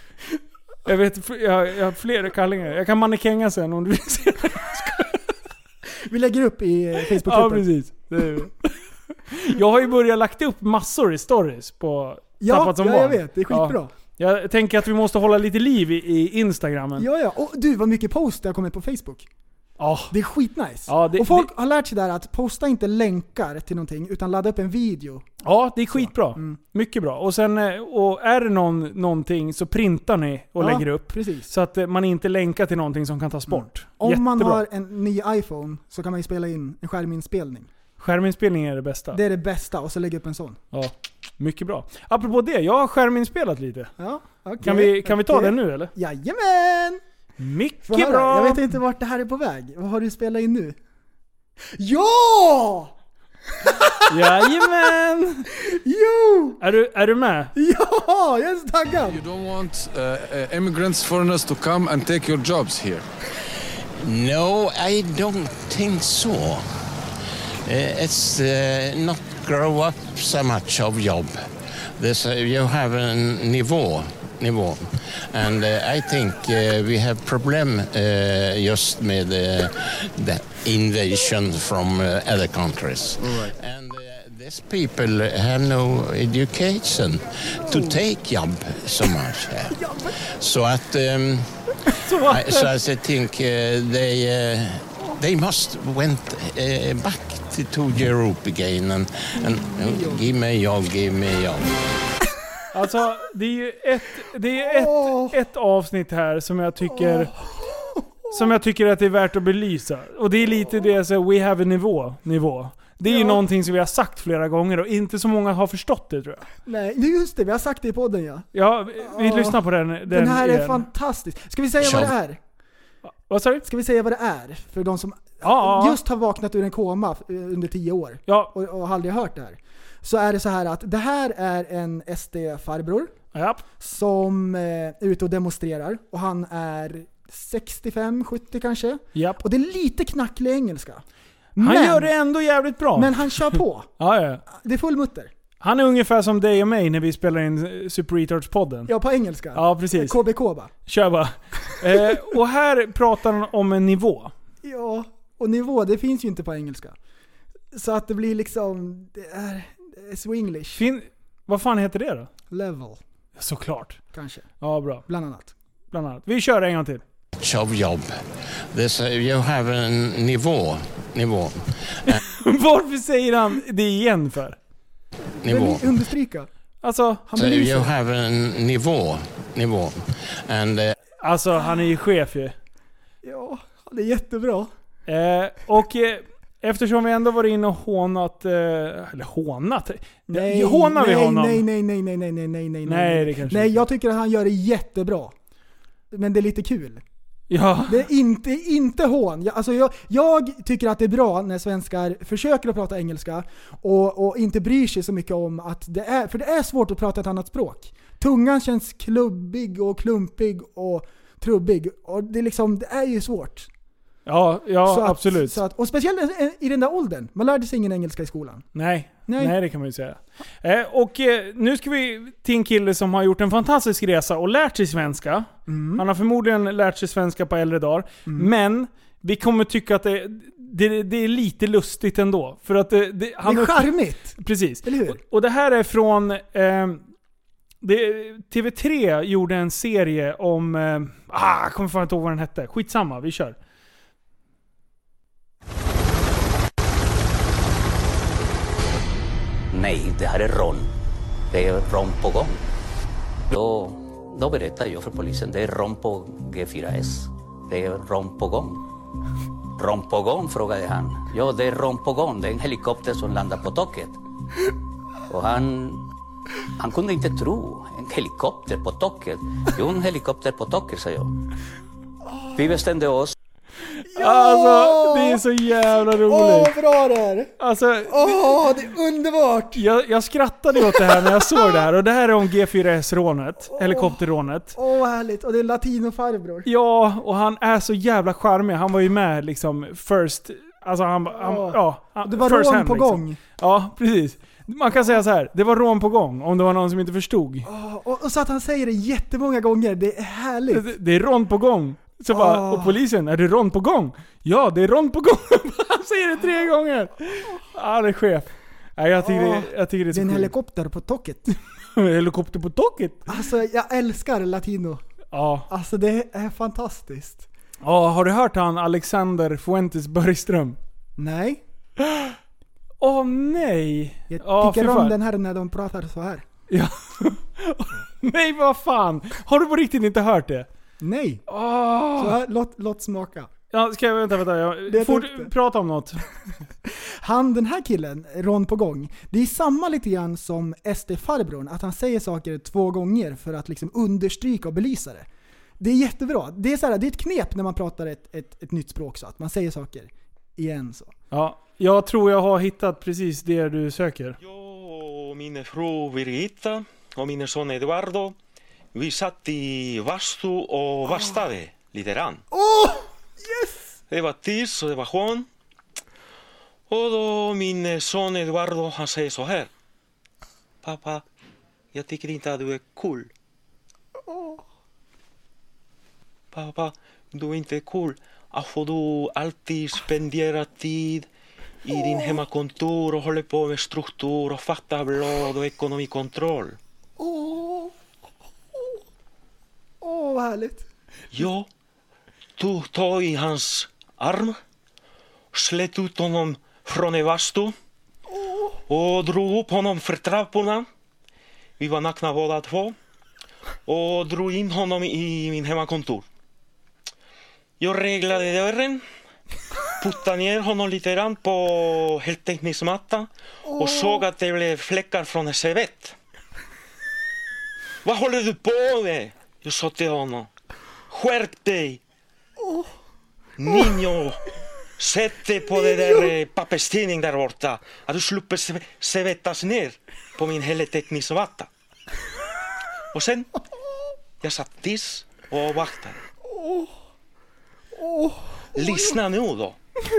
Jag vet, jag, jag har flera kallingar. Jag kan mannekänga sen om du vill se det. Vi lägger upp i Facebook-gruppen. Ja, precis. Det, jag har ju börjat lagt upp massor i stories på ja, Tappat som ja, barn. jag vet. Det är skitbra. Ja. Jag tänker att vi måste hålla lite liv i, i Instagrammen. Ja, ja. Och du, vad mycket post det har kommit på Facebook. Oh. Det är skitnice. Ja, det, och folk det, har lärt sig där att posta inte länkar till någonting, utan ladda upp en video. Ja, det är skitbra. Mm. Mycket bra. Och sen och är det någon, någonting så printar ni och ja, lägger upp. Precis. Så att man inte länkar till någonting som kan tas bort. Mm. Om Jättebra. man har en ny iPhone så kan man ju spela in en skärminspelning. Skärminspelning är det bästa. Det är det bästa, och så lägga upp en sån. Ja, mycket bra. Apropå det, jag har skärminspelat lite. Ja, okay, kan vi, kan okay. vi ta den nu eller? Jajamän! Mycket bra! Jag vet inte vart det här är på väg. Vad har du spelat in nu? Ja! Jajamän! Jo! Är du, är du med? Ja, jag är så taggad! You don't want uh, immigrants, foreigners to come and take your jobs here? No, I don't think so. Uh, it's uh, not grow up so much of job. This, uh, you have a nivå, nivå. And uh, I think uh, we have problem uh, just with uh, the invasion from uh, other countries. Right. And uh, these people have no education to take job so much here. So at um, I, so I think uh, they uh, they must went uh, back to, to Europe again and, and uh, give me job, give me job. Alltså, det är ju ett, det är ett, oh. ett avsnitt här som jag tycker oh. som jag tycker att det är värt att belysa. Och det är lite det, så we have a nivå, nivå. Det är ja. ju någonting som vi har sagt flera gånger och inte så många har förstått det, tror jag. Nej, just det, vi har sagt det i podden, ja. Ja, vi, vi oh. lyssnar på den. Den, den här igen. är fantastisk. Ska vi säga vad det är? Vad sa du? Ska vi säga vad det är? För de som ja, just har vaknat ur en koma under tio år ja. och, och aldrig hört det här. Så är det så här att det här är en S D-farbror ja. som är ute och demonstrerar. Och han är sextiofem sjuttio kanske. Ja. Och det är lite knacklig engelska. Han men, gör det ändå jävligt bra. Men han kör på. ja, ja. Det är full mutter. Han är ungefär som dig och mig när vi spelar in Super Retards-podden. Ja, på engelska. Ja, precis. K B K bara. Kör bara. eh, och här pratar han om en nivå. Ja, och nivå, det finns ju inte på engelska. Så att det blir liksom, det är, det är swinglish. Fin- vad fan heter det då? Level. Såklart. Kanske. Ja, bra. Bland annat. Bland annat. Vi kör en gång till. Of job. This, uh, you have a nivå. nivå. Varför säger han det igen för? Nivå. Understryka. Alltså, han so you have a nivå. nivå. And, uh, alltså, han är ju chef ju. Ja, det är jättebra. Eh, och eh, eftersom vi ändå var inne och hånat... Eh, eller hånat? Nej, hånar vi nej, honom? Nej, nej, nej, nej, nej, nej, nej, nej. Nej, det kanske Nej, inte. jag tycker att han gör det jättebra. Men det är lite kul. Ja. Det är inte, inte hån. Jag, alltså jag, jag tycker att det är bra när svenskar försöker att prata engelska och, och inte bryr sig så mycket om att det är... För det är svårt att prata ett annat språk. Tungan känns klubbig och klumpig och trubbig. Och det är liksom, det är ju svårt. Ja, ja så att, absolut. Så att, och speciellt i den där åldern. Man lärde sig ingen engelska i skolan. Nej, nej, nej det kan man ju säga. Eh, och eh, nu ska vi till en kille som har gjort en fantastisk resa och lärt sig svenska. Mm. Han har förmodligen lärt sig svenska på äldre dagar. Mm. Men vi kommer tycka att det, det, det är lite lustigt ändå. För att det, det, han det är charmigt. Precis. Eller hur? Och, och det här är från... Eh, det, T V tre gjorde en serie om... Eh, ah, jag kommer fan inte ihåg vad den hette. Skitsamma, vi kör. Nej, det här är rån. Det är rån på gång. Då, då berättar jag för polisen, det är rån på G fyra S. Det är rån på gång. Rån på gång, frågade han. Ja, det är rån på gång. Det är en helikopter som landar på taket. Och han, han kunde inte tro. En helikopter på taket. Jo, en helikopter på taket, sa jag. Vi bestämde oss. Ja! Alltså, det är så jävla roligt. Åh, bra där. Alltså, åh, det är underbart. Jag, jag skrattade åt det här när jag såg det här. Och det här är om G fyra S-rånet. Oh, helikopterrånet. Åh, oh, härligt. Och det är latinofarbror. Ja, och han är så jävla charmig. Han var ju med liksom first. Alltså han, han oh. ja. Han, det var rån hand, på liksom. gång. Ja, precis. Man kan säga så här. Det var rån på gång. Om det var någon som inte förstod. Oh, och, och så att han säger det jättemånga gånger. Det är härligt. Det, det är rån på gång. Så bara, oh. och polisen, är det rån på gång? Ja, det är rån på gång. Han säger det tre gånger. Ja, det är chef. Ja, jag, tycker oh. det, jag tycker det är så Det är en cool. helikopter på taket. Helikopter på taket? Alltså, jag älskar latino. Ja. Alltså, det är fantastiskt. Ja, har du hört han Alexander Fuentes Bergström? Nej. Åh, oh, nej. Jag oh, tycker om den här när de pratar så här. Ja. Nej, vad fan. Har du på riktigt inte hört det? Nej. Oh. Så här, låt, låt smaka. Ja, ska jag vänta, vänta. Jag får du prata om något. Han, den här killen, Ron på gång. Det är samma lite grann som S D-farbrorn. Att han säger saker två gånger för att liksom understryka och belysa det. Det är jättebra. Det är, så här, det är ett knep när man pratar ett, ett, ett nytt språk så att man säger saker igen så. Ja, jag tror jag har hittat precis det du söker. Jag och min fru Birgitta och min son Eduardo, vi satt i vastu och vastade oh. lite grann. Oh, yes! Det var tis och det var sjön. Och då min son Eduardo, han säger så här: pappa, jag tycker inte att du är cool. Oh. Pappa, du är inte cool. Varför du alltid spenderar tid i oh. din hemmakontor och håller på med struktur och faktablad och ekonomikontroll. Åh, oh, vad härligt. Ja, du tog i hans arm, slet ut honom från en vastu oh. och drog upp honom för trapporna. Vi var nakna båda två och drog in honom i min hemmakontor. Jag reglade dörren, puttade ner honom lite grann på heltäckningsmatta oh. och såg att det blev fläckar från svett. Vad håller du på med? Jag sa till honom: skärp dig! Oh. Niño, sätt dig på det där papperstidning där borta. Att du slipper svettas ner på min heltäckningsmatta. Och sen, jag satt tis och vaktade. Oh. Oh. Lyssna nu då.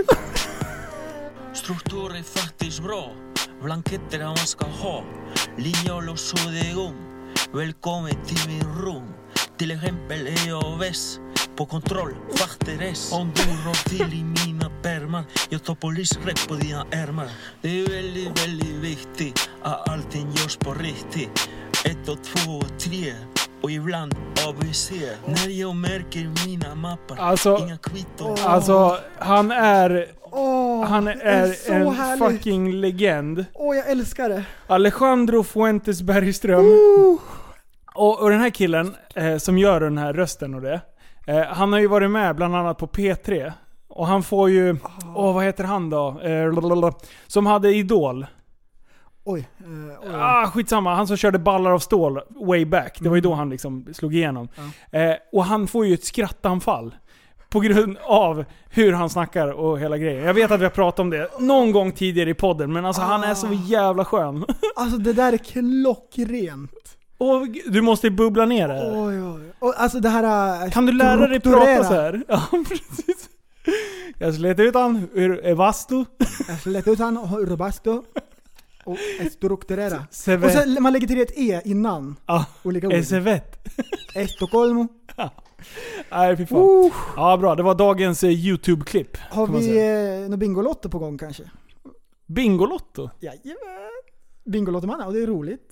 Struktur är faktiskt bra. Blanketter man ska ha. Linjal och sodegång. Välkommen till min rum. Till exempel är jag väst på kontroll, vakter S. Om du rör till i mina pärmar, jag tar polisgrepp på dina ärmar. Det är väldigt, väldigt viktigt att allting görs på riktigt. Ett ett och två och tre och ibland A B C. När jag märker mina mappar, alltså, inga kvitton. Alltså, han är... Oh, han är, är en härligt. Fucking legend. Åh, oh, jag älskar det. Alejandro Fuentes Bergström. Uh. Och, och den här killen eh, som gör den här rösten och det. Eh, han har ju varit med bland annat på P tre. Och han får ju... Åh, oh, vad heter han då? Eh, som hade Idol. Oj. Eh, oj. Ah, skitsamma. Han som körde ballar av stål way back. Det var ju då han liksom slog igenom. Mm. Eh, och han får ju ett skrattanfall. På grund av hur han snackar och hela grejen. Jag vet att vi har pratat om det någon gång tidigare i podden. Men alltså ah. han är så jävla skön. Alltså det där är klockrent. Och du måste bubbla ner det här. Oj, oj. Och alltså det här... Kan du lära dig prata så här? Ja, precis. Jag slet ut han ur Evasto. Jag slet ut han ur Evasto. Och strukturera. Seve. Och sen man lägger till ett E innan. Ja, olika ord. Esevet. Estocolmo. Ja. Nej, fy fan. Uh. Ja, bra. Det var dagens eh, YouTube-klipp. Har vi eh, någon Bingolotto på gång kanske? Bingolotto? Jajamän. Bingolotto-manna, och det är roligt.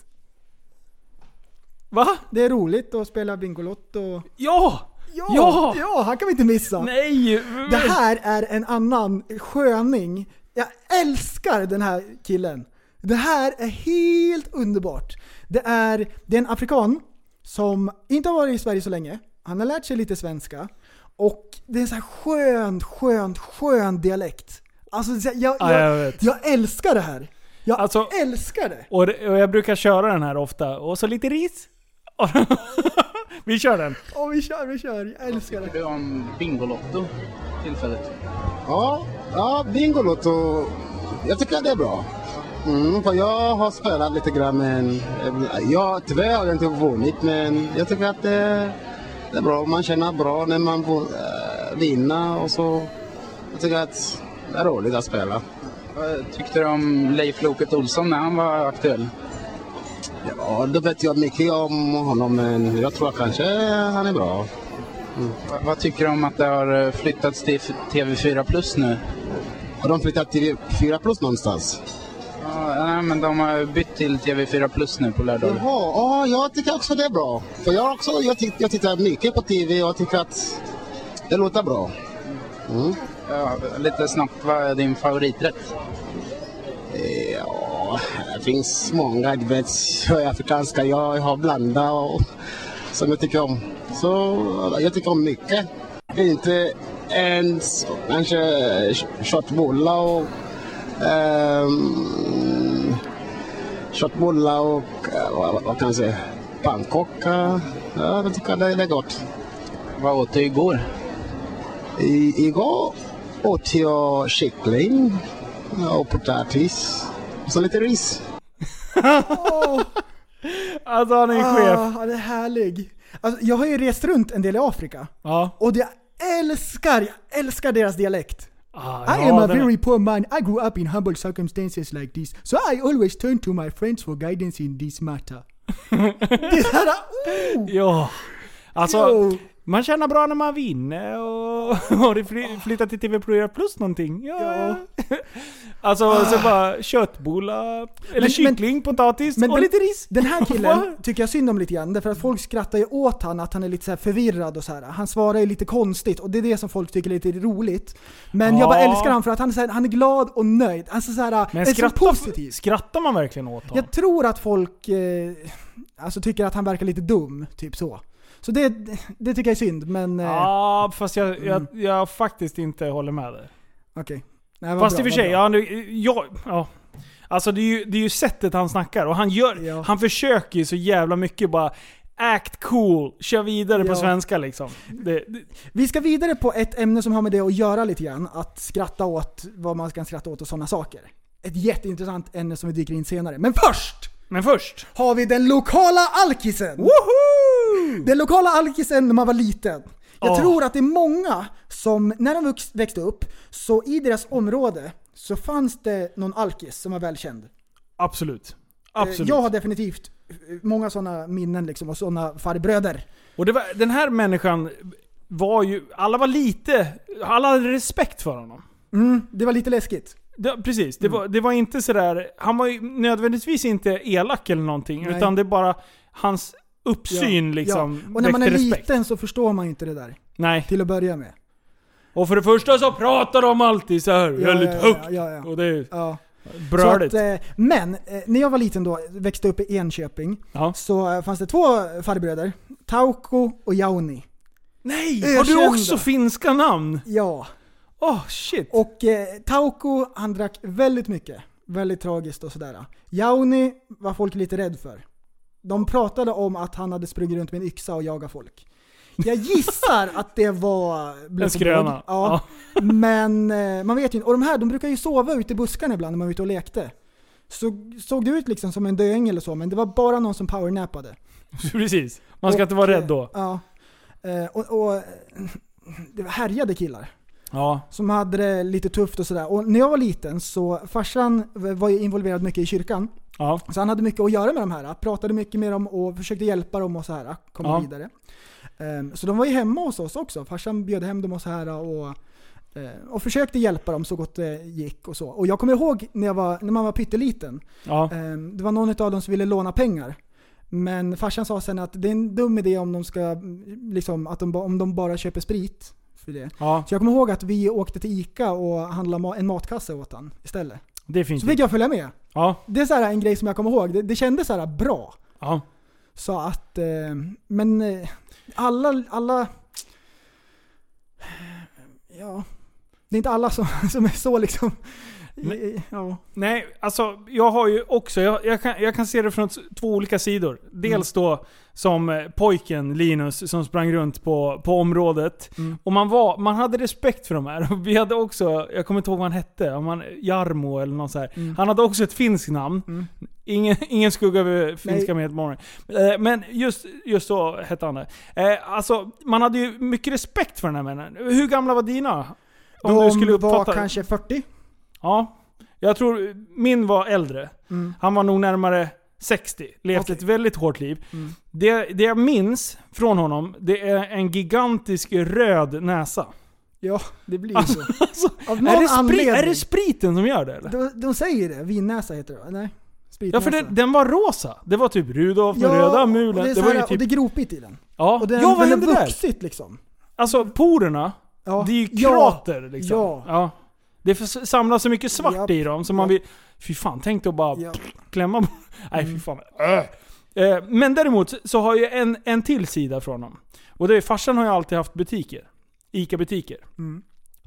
Va? Det är roligt att spela Bingolotto. Ja! Ja! Ja! Ja, han kan vi inte missa. Nej! Det här är en annan sköning. Jag älskar den här killen. Det här är helt underbart. Det är, det är en afrikan som inte har varit i Sverige så länge. Han har lärt sig lite svenska. Och det är en så här skön, skön, skön dialekt. Alltså jag, ja, jag, jag, jag älskar det här. Jag alltså, älskar det. Och, det. och jag brukar köra den här ofta. Och så lite ris. Vi kör den. Ja, vi kör, vi kör. Jag älskar det. Det är om Bingolotto tillfället. Ja, ja, Bingolotto. Jag tycker att det är bra. Mm, för jag har spelat lite grann, men jag tyvärr har jag inte vunnit, men jag tycker att det, det är bra. Man känner bra när man får, äh, vinner, och så jag tycker att det är roligt att spela. Vad tyckte du om Leif Loket Olsson när han var aktuell? Ja, då vet jag mycket om honom, men jag tror kanske han är bra. Mm. Vad, vad tycker du om att det har flyttats till T V fyra plus nu? Har de flyttat till T V fyra plus någonstans? Ja, nej, men de har bytt till T V fyra plus nu på lördag. Jaha, ja, jag tycker också det är bra. För jag, också, jag, titt, jag tittar mycket på T V och jag tycker att det låter bra. Mm. Ja, lite snabbt, vad är din favoriträtt? Ja, det finns många, du vet, afrikanska, jag har blandat och, som jag tycker om. Så jag tycker om mycket. Inte ens kanske köttbullar och um, köttbullar och vad, vad kan jag säga, pannkaka. Ja, jag tycker det, det är gott. Vad åt du igår? I, igår åt jag kyckling och potatis och så lite ris. Oh. Alltså han är en chef. Ah, han är härlig. Alltså, jag har ju rest runt en del i Afrika. Ja. Och jag älskar, jag älskar deras dialekt. Ah, I ja, am a den... very poor man. I grew up in humble circumstances like this. So I always turn to my friends for guidance in this matter. Det är här, oh. Ja. Alltså, Yo. man känner bra när man vinner och har det fly- flyttat till T V fyra plus någonting. Ja. Ja. Alltså Ah. så bara köttbullar eller Men- kyckling, men- potatis Men och den, lite ris. den här killen tycker jag synd om lite grann. Därför att folk skrattar ju åt han att han är lite så här förvirrad och så här. Han svarar ju lite konstigt och det är det som folk tycker är lite roligt. Men Ja. jag bara älskar han för att han är, så här, han är glad och nöjd. Alltså så här, Men är så skrattar, positiv. skrattar man verkligen åt honom? Jag tror att folk eh, alltså tycker att han verkar lite dum, typ så. Så det, det tycker jag är synd, men... Eh, Ja, fast jag, jag, Mm. jag faktiskt inte håller med dig. Okej. Nej, vad Fast bra, i och för vad sig, bra. ja, nu, ja, ja. Alltså det är, ju, det är ju sättet han snackar. Och han gör, Ja. han försöker ju så jävla mycket bara act cool, kör vidare på Ja. svenska liksom. Det, det, Vi ska vidare på ett ämne som har med det att göra lite grann. Att skratta åt vad man ska skratta åt och sådana saker. Ett jätteintressant ämne som vi dyker in senare. Men först! Men först har vi den lokala alkisen. Woho! Den lokala alkisen när man var liten. Jag Oh. tror att det är många som, när de vux, växte upp, så i deras område så fanns det någon alkis som var välkänd. Absolut. Eh, Absolut. Jag har definitivt många sådana minnen liksom, och sådana farbröder. Och det var, den här människan var ju, alla var lite, alla hade respekt för honom. Mm, det var lite läskigt. Det, precis, det, Mm. var, det var inte sådär, han var ju nödvändigtvis inte elak eller någonting, Nej. utan det bara, hans uppsyn ja, liksom ja. Och när man är respekt. liten så förstår man ju inte det där. Nej. Till att börja med. Och för det första så pratar de alltid så här ja, väldigt ja, högt. Ja, ja, ja. Och det är ja. brödigt. Så att, men eh, när jag var liten då, växte upp i Enköping, ja. så eh, fanns det två farbröder. Tauko och Jauni. Nej! Ökända. Har du också finska namn? Ja. Oh shit. Och eh, Tauko, han drack väldigt mycket. Väldigt tragiskt och sådär. Jauni var folk lite rädd för. De pratade om att han hade sprungit runt med en yxa och jagat folk. Jag gissar att det var en skröna. Ja. ja. Men eh, man vet ju inte. Och de här, de brukar ju sova ute i buskarna ibland när man var ute och lekte. Så såg det ut liksom som en döing eller så, men det var bara någon som powernappade. Precis. Man ska och, inte vara rädd då. Ja. Och, och det var härjade killar. Ja. Som hade det lite tufft och sådär. Och när jag var liten så farsan var ju involverad mycket i kyrkan. Ja. Så han hade mycket att göra med de här. Pratade mycket med dem och försökte hjälpa dem och så här. Komma ja. vidare. Så de var ju hemma hos oss också. Farsan bjöd hem dem och så här och, och försökte hjälpa dem så gott det gick och så. Och jag kommer ihåg när, jag var, när man var pytteliten. Ja. Det var någon av dem som ville låna pengar. Men farsan sa sen att det är en dum idé om de ska liksom, att de, om de bara köper sprit för det. Ja. Så jag kommer ihåg att vi åkte till Ica och handlade en matkasse åt han istället. Det är fint. Så fick jag följa med. Ja. Det är så här en grej som jag kommer ihåg. Det, det kändes så här bra. Ja. Så att eh, men alla alla ja, det är inte alla som, som är så liksom. Nej, ja. Nej, alltså jag har ju också, jag, jag, kan, jag kan se det från två olika sidor. Dels mm. då som pojken Linus som sprang runt på, på området. Mm. Och man, var, man hade respekt för de här. Vi hade också, jag kommer inte ihåg vad han hette, om han, Jarmo eller något så här. Mm. Han hade också ett finskt namn. Mm. Ingen, ingen skugga över finska med ett morgon. Men just, just så hette han det. Alltså man hade ju mycket respekt för den här männen. Hur gamla var dina? Om de du skulle uppfatta... var kanske fyrtio. Ja, jag tror min var äldre. Mm. Han var nog närmare sextio. Levt okay. ett väldigt hårt liv. Mm. Det, det jag minns från honom, det är en gigantisk röd näsa. Ja, det blir ju så. Alltså, Av någon är, det spri- är det spriten som gör det? Eller? De, de säger det. Vinnäsa heter det. Nej, ja, för det, den var rosa. Det var typ Rudolf med ja, röda mulen. Och det är, det var här, typ... och det är gropigt i den. Ja, och den, ja vad den hände är vuxit där? Liksom. Alltså porerna, ja. det är ju krater ja. liksom. Ja. ja. Det samlas så mycket svart Japp. i dem så man vill... Fy fan, tänk att bara Japp. klämma... Mm. Nej, fy fan. Äh. Men däremot så har jag en, en till sida från dem. Och det är, farsan har ju alltid haft butiker. Ica-butiker. Mm.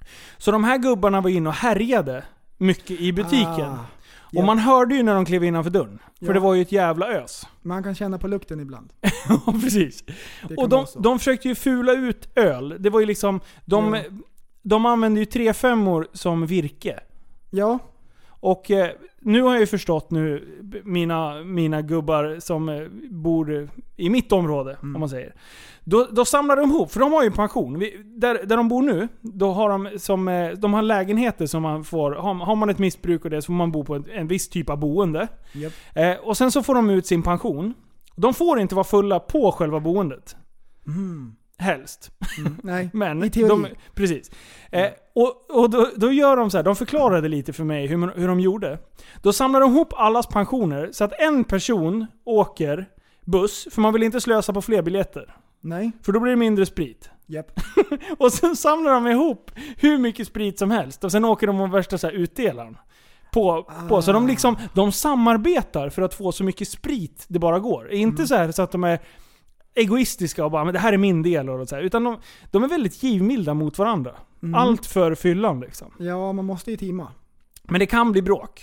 Så de här gubbarna var inne och härjade mycket i butiken. Ah, och man hörde ju när de klev innanför dörren. För ja. det var ju ett jävla ös. Man kan känna på lukten ibland. Ja, precis. Och de, de försökte ju fula ut öl. Det var ju liksom... De, ja. de använde ju tre femmor som virke. Ja. Och eh, nu har jag ju förstått nu mina, mina gubbar som eh, bor i mitt område, mm. om man säger. Då, då samlar de ihop, för de har ju pension. Vi, där, där de bor nu, då har de som eh, de har lägenheter som man får, har, har man ett missbruk och det så får man bo på en, en viss typ av boende. Yep. Eh, och sen så får de ut sin pension. De får inte vara fulla på själva boendet. Mm. Helst. Mm, nej, men i teori. De, precis. Eh, och och då, då gör de så här, de förklarade lite för mig hur, hur de gjorde. Då samlar de ihop allas pensioner så att en person åker buss, för man vill inte slösa på fler biljetter. Nej. För då blir det mindre sprit. Yep. Och sen samlar de ihop hur mycket sprit som helst och sen åker de och värsta så här utdelaren. På, ah. på. Så de liksom, de samarbetar för att få så mycket sprit det bara går. Inte mm. så här så att de är egoistiska och bara, men det här är min del och så här, utan de, de är väldigt givmilda mot varandra. Mm. Allt för fyllan liksom. Ja, man måste ju teama. Men det kan bli bråk.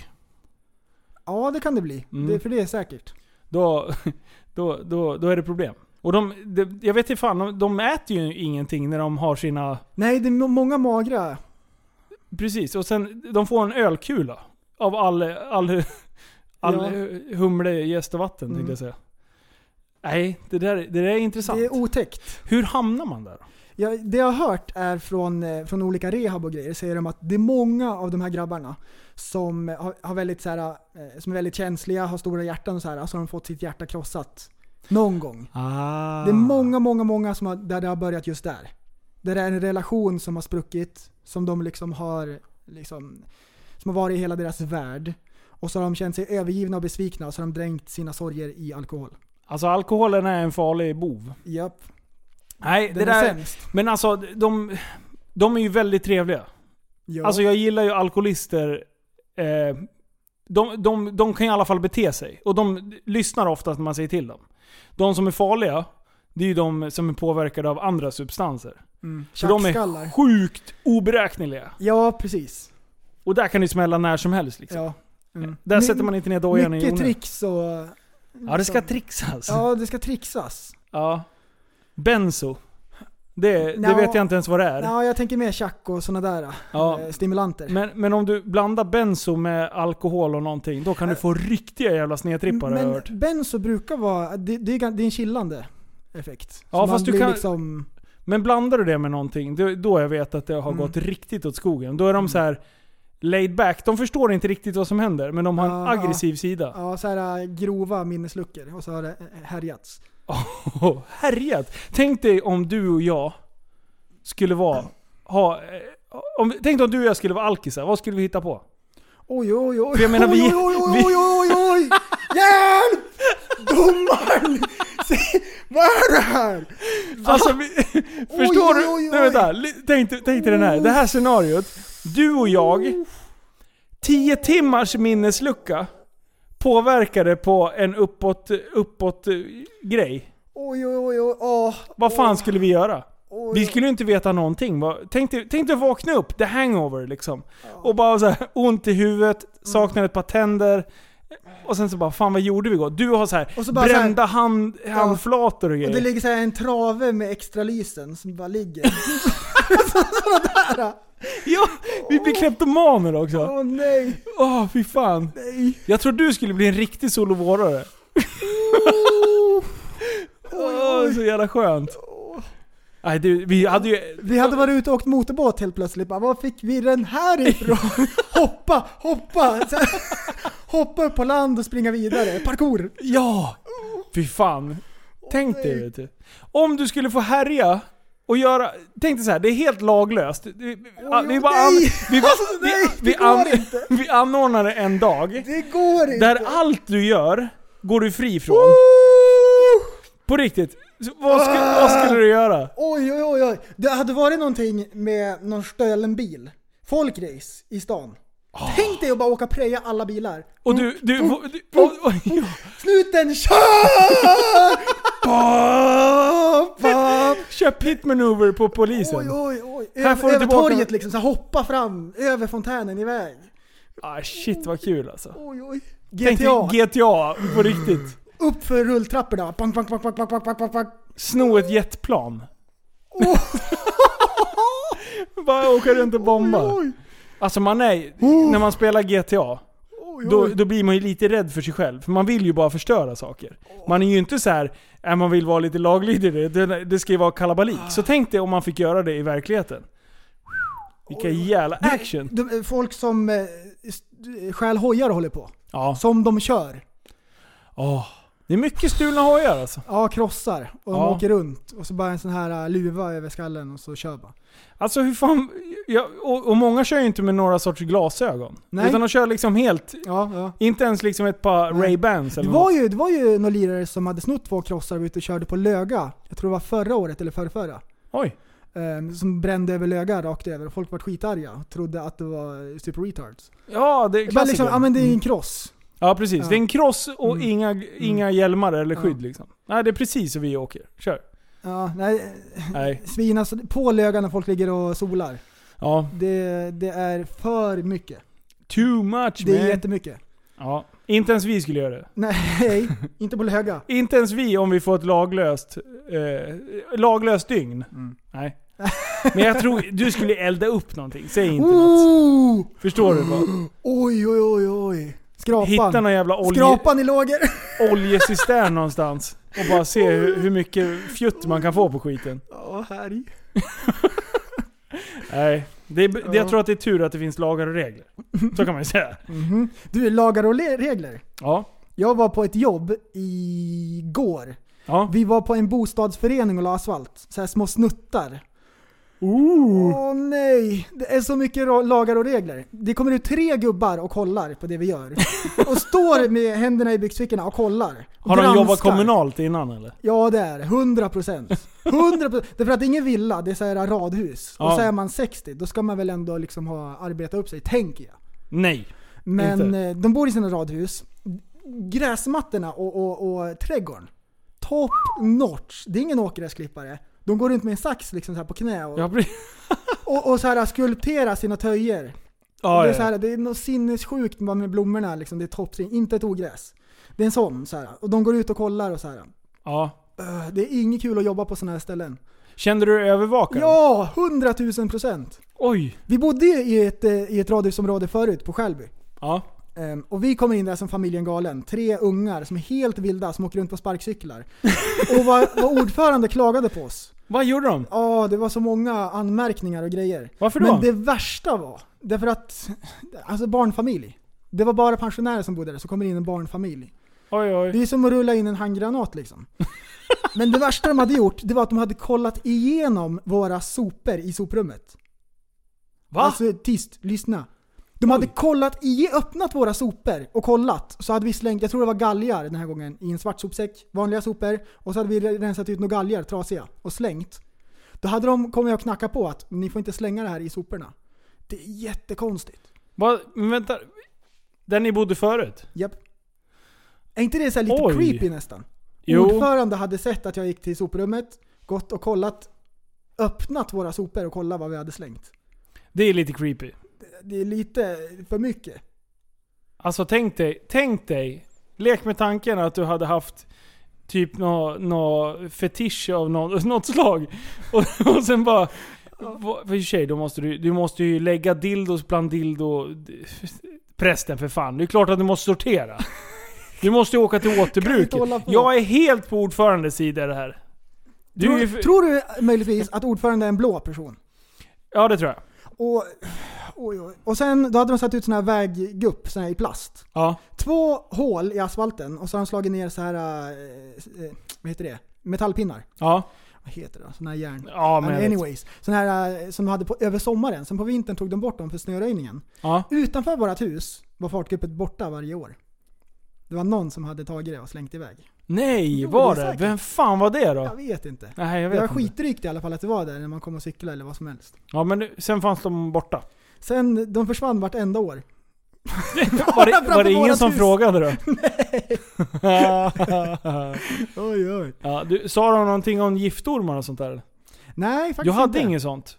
Ja, det kan det bli. Mm. Det, för det är säkert. Då, då, då, då är det problem. Och de, de, jag vet inte fan, de, de äter ju ingenting när de har sina... Nej, det är många magra. Precis, och sen de får en ölkula av all, all, all ja. humle, jäst och vatten, mm. tänkte jag säga. Nej, det där, det där är intressant. Det är otäckt. Hur hamnar man där? Ja, det jag har hört är från, från olika rehab och grejer, säger de att det är många av de här grabbarna som har, har väldigt så här, som är väldigt känsliga, har stora hjärtan och så här, så har de fått sitt hjärta krossat någon gång. Ah. Det är många, många, många som har, där det har börjat just där. Där det är en relation som har spruckit, som de liksom har liksom, som har varit i hela deras värld. Och så har de känt sig övergivna och besvikna och så har de dränkt sina sorger i alkohol. Alltså alkoholen är en farlig bov. Japp. Nej, Den det är där... sämst. Men alltså, de, de är ju väldigt trevliga. Ja. Alltså jag gillar ju alkoholister. Eh, de, de, de kan i alla fall bete sig. Och de lyssnar ofta när man säger till dem. De som är farliga, det är ju de som är påverkade av andra substanser. Mm. Så de Tjackskallar. är sjukt oberäkneliga. Ja, precis. Och där kan det smälla när som helst liksom. Ja. Mm. Där My- sätter man inte ner dojan i Mycket onödan. tricks och... Ja, det ska trixas. Ja, det ska trixas. Ja. Benzo. Det, det Nå- vet jag inte ens vad det är. Ja, jag tänker mer tjack och såna där Ja. eh, stimulanter. Men, men om du blandar benzo med alkohol och någonting, då kan du få riktiga jävla snedtrippar har jag Men hört. benzo brukar vara... Det, det, är, gan- det är en chillande effekt. Ja, Så fast man du blir kan... liksom... Men blandar du det med någonting, då, då jag vet att det har Mm. gått riktigt åt skogen. Då är de så här laid back. De förstår inte riktigt vad som händer, men de har en Ja, aggressiv ja. sida. Ja, så här äh, grova minnesluckor. Och så har det äh, härjats. Oh, härjat. Tänk dig om du och jag skulle vara... Ha, eh, om, tänk dig om du och jag skulle vara alkisar. Vad skulle vi hitta på? Oj, oj, oj. För jag menar, oj, vi- oj, oj, vi- oj, oj, oj. Hjälp! Domaren! Se, vad är det här? Va? Alltså, vi, förstår oj, du? oj, oj. Nej, vänta. Li- Tänk, tänk dig den här. Det här scenariot. Du och jag, tio timmars minneslucka påverkade på en uppåt, uppåt eh, grej. Oj, oj, oj, oj. Åh, Vad fan skulle vi göra? oj. Vi skulle ju inte veta någonting. Vad- Tänk dig, tänk dig att vakna upp, the hangover liksom. Och bara så här, ont i huvudet, saknar ett par tänder. Och sen så bara, fan vad gjorde vi igår? Du har så här Och så bara brända hand, handflator och Och grejer. det ligger så här en trave med extra lysen som bara ligger. Sådana där. Ja, vi blir kleptomaner också. Åh nej. Åh, fy fan. Nej. Jag tror du skulle bli en riktig solovårare. Åh, så jävla skönt. Nej, du, vi hade ju... Vi hade varit ute och åkt motorbåt helt plötsligt. Bara, var fick vi den här ifrån? hoppa, hoppa. Så här, hoppa upp på land och springa vidare. Parkour. Ja! Fy fan. Tänk dig, vet du. Om du skulle få härja och göra... Tänk dig så här, det är helt laglöst. Vi, vi, vi, bara an, nej. vi, bara, Alltså, nej, vi, det vi, an, går inte. vi anordnar en dag Det går inte. där allt du gör går du fri från. På riktigt. Så Vad skulle, vad skulle du göra? Oj, oj, oj, oj. Det hade varit någonting med någon stöllen bil. Folkrace i stan. Tänk dig att bara åka preja alla bilar. Och du... du, du, du och, och, ja. Snuten, kör! Pop, pop. Kör pit maneuver på polisen. Oj, oj, oj. Här Över, får du över tillbaka- torget liksom, så här, hoppa fram, över fontänen iväg. Ah, shit vad kul alltså. Oj, oj. Tänk G T A. dig G T A på riktigt. Upp för rulltrapporna. Pang, pang, pang, pang, pang, pang, pang, pang. Sno ett jetplan. Bara åka runt och bomba. Oj, oj. Alltså man är, när man spelar G T A, Oj, då, oj. då blir man ju lite rädd för sig själv. För man vill ju bara förstöra saker. Man är ju inte så här, äh, man vill vara lite laglydig. Det, det ska ju vara kalabalik. Så tänk dig om man fick göra det i verkligheten. Vilka jävla action. De, folk som eh, st- stjäl hojar håller på. Ja. Som de kör. Åh, det är mycket stulna hojar alltså. Ja, krossar. Och de Ja. åker runt. Och så bara en sån här uh, luva över skallen och så kör bara. Alltså hur fan... Ja, och, och många kör ju inte med några sorts glasögon. Nej. Utan de kör liksom helt... Ja, ja. Inte ens liksom ett par Nej. Ray-Bans Det eller var något. ju, det var ju några lirare som hade snott två krossar ute och körde på Löga. Jag tror det var förra året eller förra, förra. Oj. Um, som brände över Löga rakt över. Folk var skitarga och trodde att det var super retards. Ja, det är Det, bara klassiker. liksom, ja, men det är en kross. Ja, precis. Ja. Det är en cross och Mm. inga, inga hjälmar eller Ja. skydd liksom. Nej, det är precis så vi åker. Kör. Ja, nej. Nej. Svin, alltså, på Löga när folk ligger och solar. Ja. Det, det är för mycket. Too much, Det är man. jättemycket. Ja. Inte ens vi skulle göra det. Nej, inte på Löga. Inte ens vi om vi får ett laglöst eh, laglöst dygn. Mm. Nej. Men jag tror du skulle elda upp någonting. Säg inte något. Oh! Förstår du vad? Oj, oj, oj, oj. Skrapan. Hitta någon jävla olje, Skrapan i låger. oljecistern någonstans. Och bara se hur, hur mycket fjutt man kan få på skiten. Ja, här i. Nej. Det är, det, jag tror att det är tur att det finns lagar och regler. Så kan man ju säga. Mhm. Du, lagar och le- regler. Ja. Jag var på ett jobb igår. Ja. Vi var på en bostadsförening och la asfalt. Så här små snuttar. Ooh. Åh nej, det är så mycket lagar och regler. Det kommer ut tre gubbar och kollar på det vi gör. Och står med händerna i byxfickorna och kollar. Och har de granskar. jobbat kommunalt innan eller? Ja det är det, hundra procent. hundra procent. Därför att det är ingen villa, det är så här radhus. Ja. Och så är man sextio, då ska man väl ändå liksom ha arbetat upp sig, tänker jag. Nej. Men inte. de bor i sina radhus. Gräsmattorna och, och, och trädgården. Top notch. Det är ingen åkgräsklippare. De går runt med en sax liksom så här på knä och, Jag blir... och, och så här skulptera sina töjer. Ja, det är ja. så här, det är något sinnessjukt med blommorna liksom, det är toppstring, inte ett ogräs. Det är en sån så här, och de går ut och kollar och så här. Ja. Uh, det är inget kul att jobba på såna här ställen. Kände du dig övervakad? Ja, hundratusen procent. Oj. Vi bodde i ett, i ett radhusområde förut på Skälby. Ja. Um, och vi kommer in där som familjen galen. Tre ungar som är helt vilda som åker runt på sparkcyklar. Och vad, vad ordförande klagade på oss. Vad gjorde de? Ja, det var så många anmärkningar och grejer. Varför då? Men det värsta var, därför att, alltså barnfamilj. Det var bara pensionärer som bodde där, så kommer in en barnfamilj. Oj, oj. Det är som att rulla in en handgranat liksom. Men det värsta de hade gjort, det var att de hade kollat igenom våra sopor i soprummet. Va? Alltså tyst, lyssna. De hade kollat, i, öppnat våra sopor och kollat. Så hade vi slängt, jag tror det var galgar den här gången, i en svart sopsäck, vanliga sopor. Och så hade vi rensat ut några galgar, trasiga, och slängt. Då hade de kommit och knacka på att ni får inte slänga det här i soporna. Det är jättekonstigt. Vad, men vänta, där ni bodde förut? Japp. Är inte det så här lite Oj. creepy nästan? Jo. Ordförande hade sett att jag gick till soprummet, gått och kollat, öppnat våra sopor och kollat vad vi hade slängt. Det är lite creepy. Det är lite för mycket. Alltså tänk dig, tänk dig, lek med tanken att du hade haft typ något nå fetisch av något, något slag. Och, och sen bara, för i sig, då måste du, du måste ju lägga dildos bland dildo prästen för fan. Det är klart att du måste sortera. Du måste ju åka till återbruket. Jag är helt på ordförandes sida i det här. Du Tror, är ju... tror du möjligtvis att ordförande är en blå person? Ja, det tror jag. Och, oj, oj. och sen då hade de satt ut sån här väggupp sån här i plast. Ja. Två hål i asfalten och så har de slagit ner så här eh, eh, vad heter det? Metallpinnar. Ja. Vad heter det? Sån här järn. Ja, men anyways. Sån här eh, som de hade på, över sommaren. Sen på vintern tog de bort dem för snöröjningen. Ja. Utanför vårt hus var fartguppet borta varje år. Det var någon som hade tagit det och slängt iväg. Nej, Jo, var det är det? säkert. Vem fan var det då? Jag vet inte. Nej, jag vet det var inte. skitrykt i alla fall att det var där när man kom och cykla eller vad som helst. Ja, men sen fanns de borta. Sen, de försvann vartenda år. Var det, var det ingen som hus. frågade då? Nej. oj, oj. Ja, du, sa de någonting om giftormar och sånt där? Nej, faktiskt Du hade inte. inget sånt?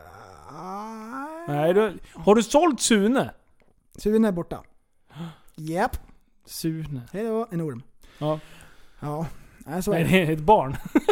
Nej, du, har du sålt Sune? Sune är borta. Japp. Sune. Det var en orm. Ja. Ja. Nej, så Nej, är det är ett barn.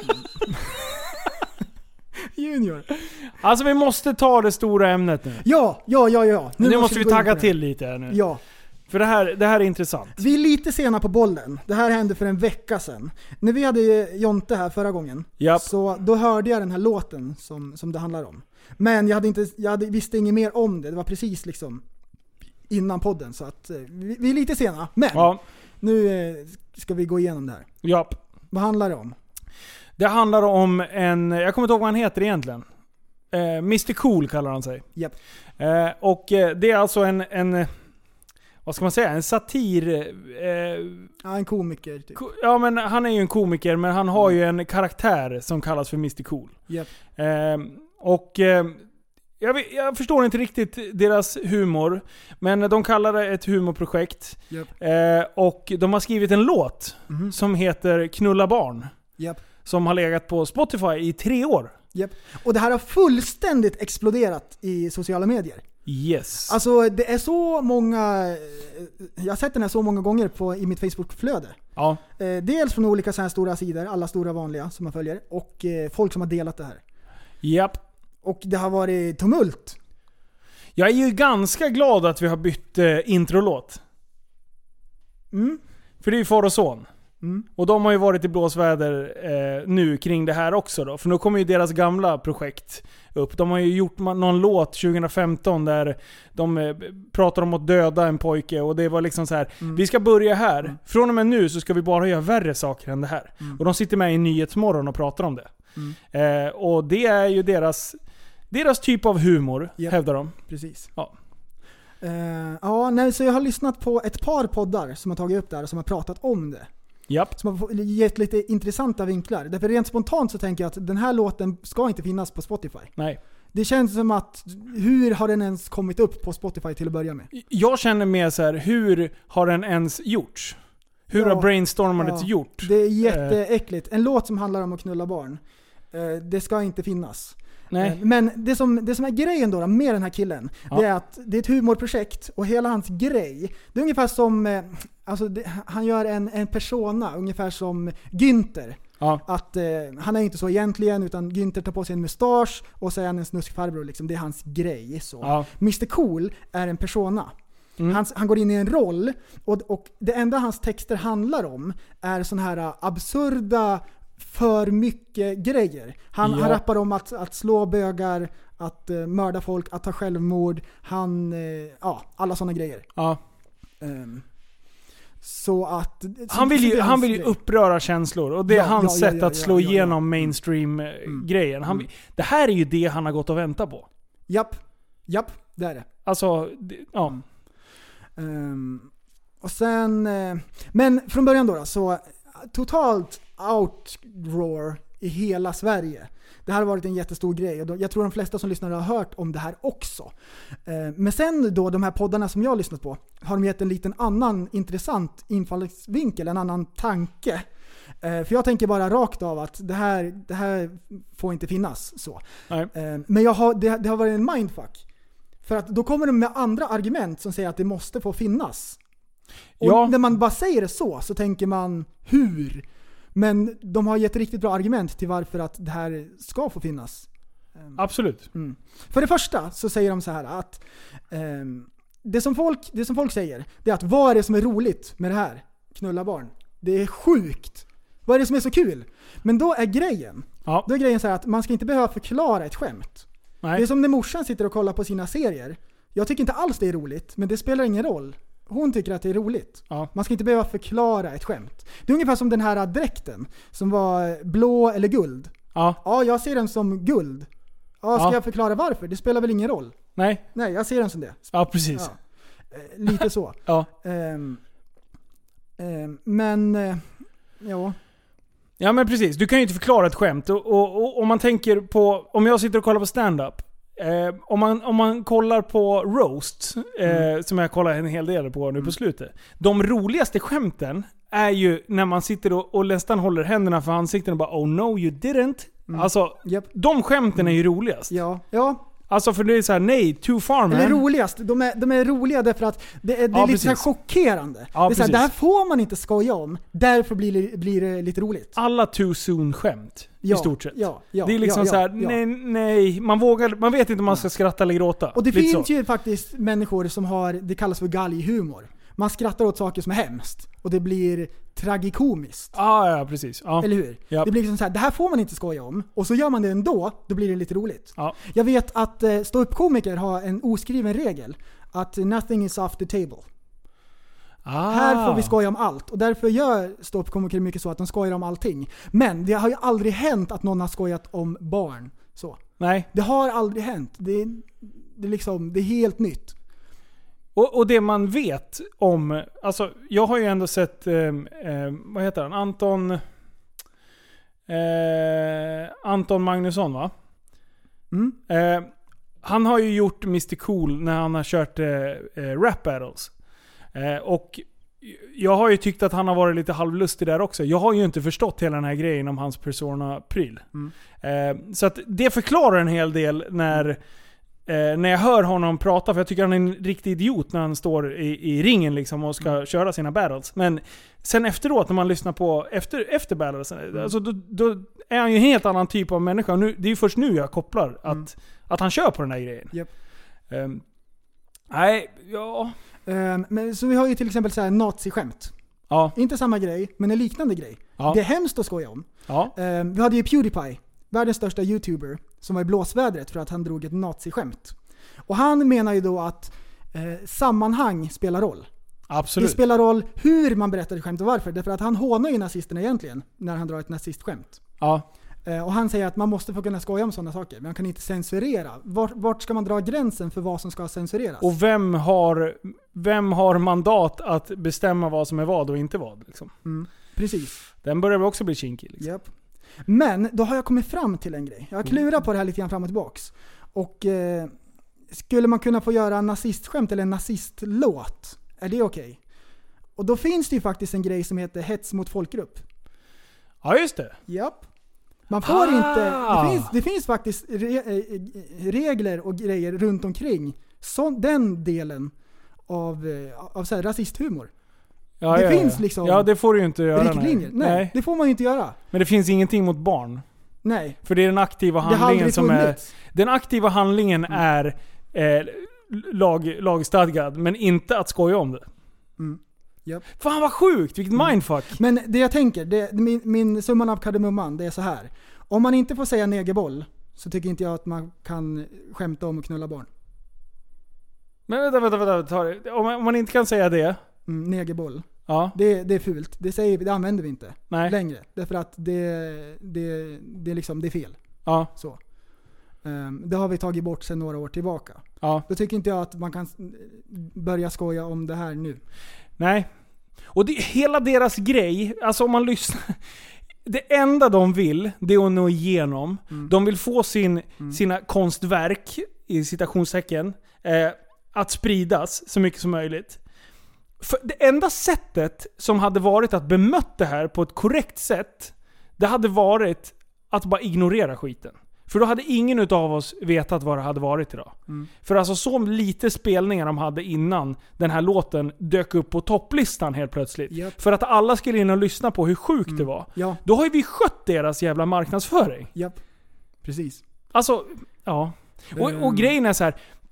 Junior. Alltså vi måste ta det stora ämnet nu. Ja, ja, ja, ja. Nu, nu måste vi gå in tagga på det. till lite här nu. Ja. För det här, det här är intressant. Vi är lite sena på bollen. Det här hände för en vecka sedan. När vi hade Jonte här förra gången, Japp. så då hörde jag den här låten som, som det handlar om. Men jag, hade inte, jag hade, visste inget mer om det. Det var precis liksom innan podden. Så att eh, vi, vi är lite sena. Men Ja. nu eh, ska vi gå igenom det här. Japp. Vad handlar det om? Det handlar om en, jag kommer inte ihåg vad han heter egentligen. Eh, mister Cool kallar han sig. Japp. Eh, och eh, det är alltså en, en, vad ska man säga, en satir. Eh, Ja, en komiker typ. ko- ja men han är ju en komiker, men han har ju en karaktär som kallas för mister Cool. Japp. Eh, och eh, jag, vet, jag förstår inte riktigt deras humor, men de kallar det ett humorprojekt. Japp. Eh, och de har skrivit en låt Mhm. som heter Knulla barn. Japp. Som har legat på Spotify i tre år. Japp. Och det här har fullständigt exploderat i sociala medier. Yes. Alltså det är så många, jag har sett den här så många gånger på, i mitt Facebook-flöde. Ja. Eh, dels från olika så här stora sidor, alla stora vanliga som man följer, och eh, folk som har delat det här. Japp. Och det har varit tumult. Jag är ju ganska glad att vi har bytt eh, introlåt. Mm. För det är ju far och son. Mm. Och de har ju varit i blåsväder eh, nu kring det här också då. För nu kommer ju deras gamla projekt upp. De har ju gjort ma- någon låt tjugo femton där de eh, pratar om att döda en pojke. Och det var liksom så här: Mm. vi ska börja här. Mm. Från och med nu så ska vi bara göra värre saker än det här. Mm. Och de sitter med i Nyhetsmorgon och pratar om det. Mm. Eh, och det är ju deras deras typ av humor, yep. hävdar de. Precis. Ja. Uh, ja, nej, så jag har lyssnat på ett par poddar som har tagit upp det här och som har pratat om det. Japp. Som har gett lite intressanta vinklar. Därför rent spontant så tänker jag att den här låten ska inte finnas på Spotify. Nej. Det känns som att, hur har den ens kommit upp på Spotify till att börja med? Jag känner mer så här, hur har den ens gjorts? Hur ja, har brainstormandet ja, gjort? Det är jätteäckligt. En låt som handlar om att knulla barn. Uh, det ska inte finnas. Nej. Men det som, det som är grejen då med den här killen, ja. det är att det är ett humorprojekt och hela hans grej, det är ungefär som, alltså det, han gör en, en persona, ungefär som Günther. Ja. Att eh, han är inte så egentligen, utan Günther tar på sig en mustasch och så är han en snuskfarbror liksom. Det är hans grej så. Ja. mister Cool är en persona. Mm. Han, han går in i en roll och, och det enda hans texter handlar om är sån här absurda för mycket grejer. Han, ja. han rappar om att, att slå bögar, att uh, mörda folk, att ta självmord. Han, uh, ja, alla såna grejer. Ja. Um, så att... Så, han vill ju, han vill ju uppröra känslor. Och det är ja, hans ja, sätt ja, ja, att slå ja, ja, igenom ja. mainstream-grejen. Mm. Mm. Det här är ju det han har gått och väntat på. Japp. Japp, det är det. Alltså, ja. Um, och sen... Uh, men från början då, då så... Totalt outroar i hela Sverige. Det här har varit en jättestor grej och jag tror de flesta som lyssnar har hört om det här också. Men sen då, de här poddarna som jag har lyssnat på, har de gett en liten annan intressant infallsvinkel, en annan tanke. För jag tänker bara rakt av att det här, det här får inte finnas så. Nej. Men jag har, det, det har varit en mindfuck. För att då kommer de med andra argument som säger att det måste få finnas. Och ja. när man bara säger det så, så tänker man hur? Men de har gett riktigt bra argument till varför att det här ska få finnas. Absolut. Mm. För det första så säger de så här att um, det, som folk, det som folk säger, det är att vad är det som är roligt med det här? Knulla barn. Det är sjukt. Vad är det som är så kul? Men då är grejen, ja. då är grejen så här att man ska inte behöva förklara ett skämt. Nej. Det är som när morsan sitter och kollar på sina serier. Jag tycker inte alls det är roligt, men det spelar ingen roll. Hon tycker att det är roligt. Ja. Man ska inte behöva förklara ett skämt. Det är ungefär som den här dräkten som var blå eller guld. Ja, ja jag ser den som guld. Ja, ska ja. jag förklara varför? Det spelar väl ingen roll? Nej. Nej, jag ser den som det. Ja, precis. Ja. Lite så. Ja. Um, um, men, uh, ja... Ja, men precis. Du kan ju inte förklara ett skämt. Och, och, och om man tänker på... Om jag sitter och kollar på stand-up. Eh, om, man, om man kollar på roast, eh, mm. som jag kollar en hel del på nu mm. på slutet. De roligaste skämten är ju när man sitter och, och nästan håller händerna för ansikten och bara oh no you didn't. Mm. Alltså, yep. de skämten är ju roligast. Ja, ja. Alltså för det är så här, nej, too far man. Eller roligast. De är, de är roliga därför att det är, det är ja, lite så här chockerande. Ja, det är så här, det här får man inte skoja om. Därför blir det, blir det lite roligt. Alla too soon-skämt ja, i stort sett. Ja, ja, det är liksom ja, så här, ja, nej, nej. Man vågar, man vet inte om man ska skratta eller gråta. Och det lite finns så. ju faktiskt människor som har, det kallas för galghumor. Man skrattar åt saker som är hemskt. Och det blir tragikomiskt. Ah, ja, precis. Ja. Eller hur? Ja. Det blir liksom så här, det här får man inte skoja om. Och så gör man det ändå, då blir det lite roligt. Ja. Jag vet att eh, ståuppkomiker har en oskriven regel. Att nothing is off the table. Ah. Här får vi skoja om allt. Och därför gör ståuppkomiker mycket så att de skojar om allting. Men det har ju aldrig hänt att någon har skojat om barn. Så. Nej. Det har aldrig hänt. Det är, det är, liksom, det är helt nytt. Och, och det man vet om, alltså jag har ju ändå sett, eh, eh, vad heter han? Anton eh, Anton Magnusson, va? Mm. Eh, han har ju gjort mister Cool när han har kört eh, eh, rap battles. Eh, och jag har ju tyckt att han har varit lite halvlustig där också. Jag har ju inte förstått hela den här grejen om hans persona-pryl. Mm. Eh, så att det förklarar en hel del när Eh, när jag hör honom prata, för jag tycker han är en riktig idiot när han står i, i ringen liksom och ska mm. köra sina battles. Men sen efteråt när man lyssnar på efter, efter battles, mm. alltså, då, då är han ju en helt annan typ av människa. Nu, det är ju först nu jag kopplar att, mm. att han kör på den här grejen. Yep. Um, nej, ja... Um, men, så vi har ju till exempel så här nazi-skämt. Ja. Inte samma grej, men en liknande grej. Ja. Det är hemskt att skoja om. Ja. Um, vi hade ju PewDiePie, världens största YouTuber, som var i blåsvädret för att han drog ett nazi-skämt. Och han menar ju då att eh, sammanhang spelar roll. Absolut. Det spelar roll hur man berättar ett skämt och varför. Därför att han hånar ju nazisterna egentligen när han drar ett nazistskämt. Ja. Och han säger att man måste få kunna skoja om sådana saker. Men man kan inte censurera. Vart, vart ska man dra gränsen för vad som ska censureras? Och vem har, vem har mandat att bestämma vad som är vad och inte vad? Liksom? Mm, precis. Den börjar väl också bli kinkig. Liksom. Yep. Men då har jag kommit fram till en grej. Jag har klurat på det här lite grann fram och tillbaks. Och eh, skulle man kunna få göra en nazistskämt eller en nazistlåt? Är det okej? Okay? Och då finns det ju faktiskt en grej som heter hets mot folkgrupp. Ja, just det. Japp. Man får ah. inte... Det finns, det finns faktiskt re, regler och grejer runt omkring så, den delen av, av så här, rasisthumor. Ja, det ja, finns ja. liksom... Ja, det får du ju inte göra. Riktlinjer. Nej, nej, det får man ju inte göra. Men det finns ingenting mot barn. Nej. För det är den aktiva handlingen som är... Den aktiva handlingen mm. är eh, lag, lagstadgad, men inte att skoja om det. Mm. Yep. Fan vad sjukt, vilket mm. mindfuck. Men det jag tänker, det, min, min summan av kardemumman, det är så här. Om man inte får säga negerboll så tycker inte jag att man kan skämta om och knulla barn. Men vänta, vänta, vänta. Ta det. Om, man, om man inte kan säga det. Mm, negerboll. Ja. Det, det är fult. Det, säger, det använder vi inte Nej. längre. Därför att det, det, det, är liksom, det är fel. Ja. Så. Um, det har vi tagit bort sedan några år tillbaka. Ja. Då tycker inte jag att man kan börja skoja om det här nu. Nej. Och det, hela deras grej, alltså om man lyssnar... Det enda de vill, det är att nå igenom. Mm. De vill få sin, mm. sina konstverk, i citationstecken, eh, att spridas så mycket som möjligt. För det enda sättet som hade varit att bemöta det här på ett korrekt sätt, det hade varit att bara ignorera skiten. För då hade ingen utav oss vetat vad det hade varit idag. Mm. För alltså så lite spelningar de hade innan den här låten dök upp på topplistan helt plötsligt. Yep. För att alla skulle in och lyssna på hur sjukt mm. det var. Ja. Då har ju vi skött deras jävla marknadsföring. Japp, yep. Precis. Alltså, ja. Och, och um. grejen är så här.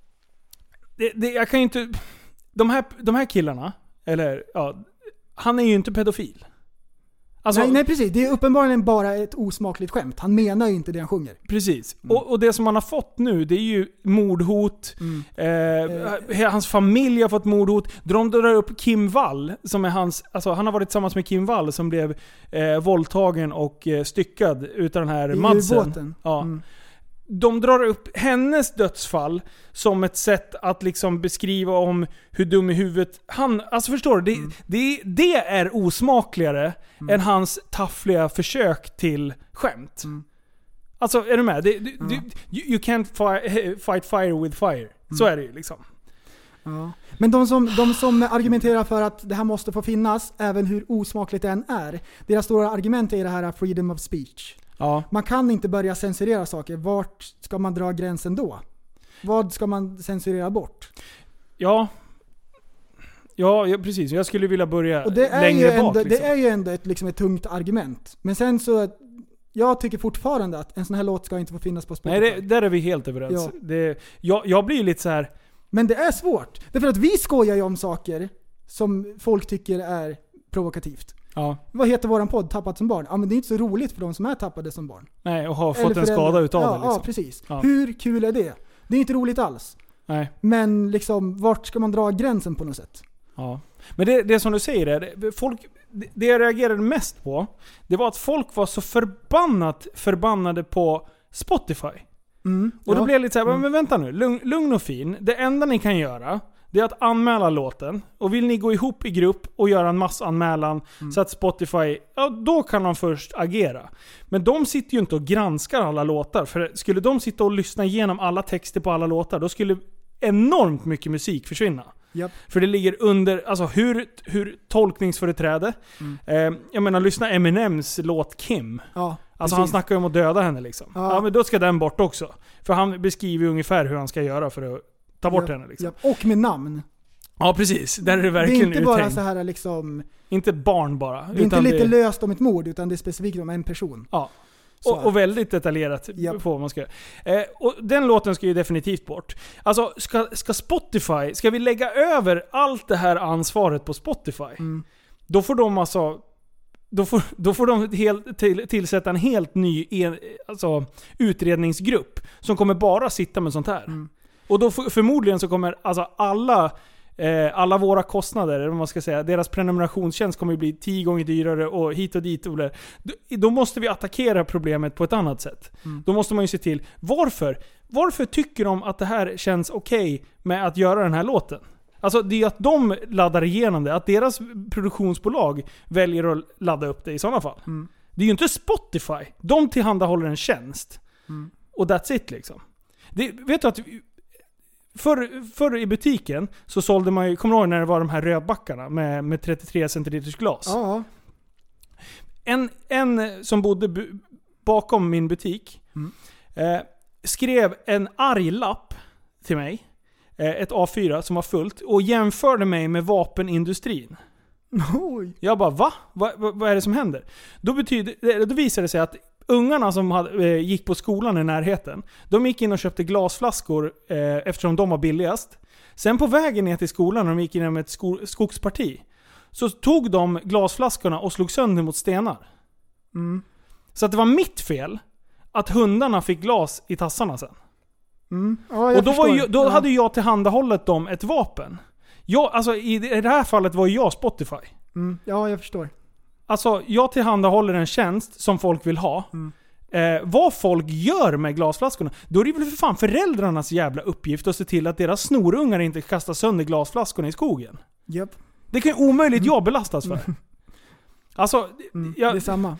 Det, det, jag kan ju inte... De här, de här killarna, eller ja, han är ju inte pedofil. Alltså, nej, nej precis, det är uppenbarligen bara ett osmakligt skämt. Han menar ju inte det han sjunger. Precis. Mm. Och, och det som han har fått nu, det är ju mordhot. Mm. Eh, eh. Hans familj har fått mordhot. De drar upp Kim Wall, som är hans... Alltså, han har varit tillsammans med Kim Wall som blev eh, våldtagen och eh, styckad utav den här I Madsen. Ja. Mm. De drar upp hennes dödsfall som ett sätt att liksom beskriva om hur dum i huvudet han... Alltså förstår du? Det, mm. det, det är osmakligare mm. än hans taffliga försök till skämt. Mm. Alltså, är du med? Det, du, ja. du, you can't fi- fight fire with fire. Mm. Så är det ju liksom. Ja. Men de som, de som argumenterar för att det här måste få finnas, även hur osmakligt det än är, deras stora argument är det här freedom of speech. Ja. Man kan inte börja censurera saker. Vart ska man dra gränsen då? Vad ska man censurera bort? Ja, ja, ja precis. Jag skulle vilja börja och det är längre ju ändå, bak. Liksom. Det är ju ändå ett, liksom ett tungt argument. Men sen så... Jag tycker fortfarande att en sån här låt ska inte få finnas på Spotify. Nej, det, där är vi helt överens. Ja. Det, jag, jag blir lite så här. Men det är svårt. Därför att vi skojar ju om saker som folk tycker är provokativt. Ja. Vad heter våran podd? Tappat som barn? Ja, men det är inte så roligt för de som är tappade som barn. Nej, och har fått en skada utav ja, det liksom. Ja, precis. Ja. Hur kul är det? Det är inte roligt alls. Nej. Men liksom, vart ska man dra gränsen på något sätt? Ja. Men det, det som du säger är, det, folk, det, det jag reagerade mest på, det var att folk var så förbannat förbannade på Spotify. Mm, och då ja. blev jag lite så här, mm. men vänta nu, lugn, lugn och fin. Det enda ni kan göra, det är att anmäla låten. Och vill ni gå ihop i grupp och göra en massanmälan mm. så att Spotify, ja då kan de först agera. Men de sitter ju inte och granskar alla låtar. För skulle de sitta och lyssna igenom alla texter på alla låtar, då skulle enormt mycket musik försvinna. Yep. För det ligger under, alltså hur, hur tolkningsföreträde. Mm. Eh, jag menar, lyssna Eminems låt Kim. Ja, alltså precis. han snackar om att döda henne liksom. Ja. ja, men då ska den bort också. För han beskriver ungefär hur han ska göra för att ta bort yep. henne liksom. Yep. Och med namn. Ja, precis. Där är det verkligen Det är inte bara uttänkt. så här liksom... Inte barn bara. Det är inte lite det... löst om ett mord, utan det är specifikt om en person. Ja. Och, och väldigt detaljerat yep. på vad man ska göra. Eh, och den låten ska ju definitivt bort. Alltså, ska, ska Spotify, ska vi lägga över allt det här ansvaret på Spotify? Mm. Då får de alltså... Då får, då får de helt, till, tillsätta en helt ny en, alltså, utredningsgrupp som kommer bara sitta med sånt här. Mm. Och då för, förmodligen så kommer alltså alla eh, alla våra kostnader, eller vad man ska säga, deras prenumerationstjänst kommer att bli tio gånger dyrare och hit och dit. Och då, då måste vi attackera problemet på ett annat sätt. Mm. Då måste man ju se till, varför? Varför tycker de att det här känns okej okay med att göra den här låten? Alltså det är att de laddar igenom det, att deras produktionsbolag väljer att ladda upp det i sådana fall. Mm. Det är ju inte Spotify. De tillhandahåller en tjänst. Mm. Och that's it liksom. Det, vet du att förr, förr i butiken så sålde man ju, kommer du ihåg när det var de här rödbackarna med, med trettiotre centiliters glas? Ja. En, en som bodde b- bakom min butik mm. eh, skrev en arg lapp till mig. Eh, ett A fyra som var fullt och jämförde mig med vapenindustrin. Oj. Jag bara, va? va? Vad är det som händer? Då, betyder, då visade det sig att ungarna som hade, eh, gick på skolan i närheten, de gick in och köpte glasflaskor eh, eftersom de var billigast. Sen på vägen ner till skolan, när de gick in med ett sko- skogsparti, så tog de glasflaskorna och slog sönder mot stenar. Mm. Så att det var mitt fel att hundarna fick glas i tassarna sen. Mm. Ja, och då, var ju, då ja. hade jag tillhandahållit dem ett vapen. Jag, alltså, i det här fallet var jag Spotify. Mm. Ja, jag förstår. Alltså, jag tillhandahåller en tjänst som folk vill ha. Mm. Eh, vad folk gör med glasflaskorna, då är det väl för fan föräldrarnas jävla uppgift att se till att deras snorungar inte kastar sönder glasflaskorna i skogen. Yep. Det kan ju omöjligt mm. jag belastas för. Alltså, mm. jag, det är samma.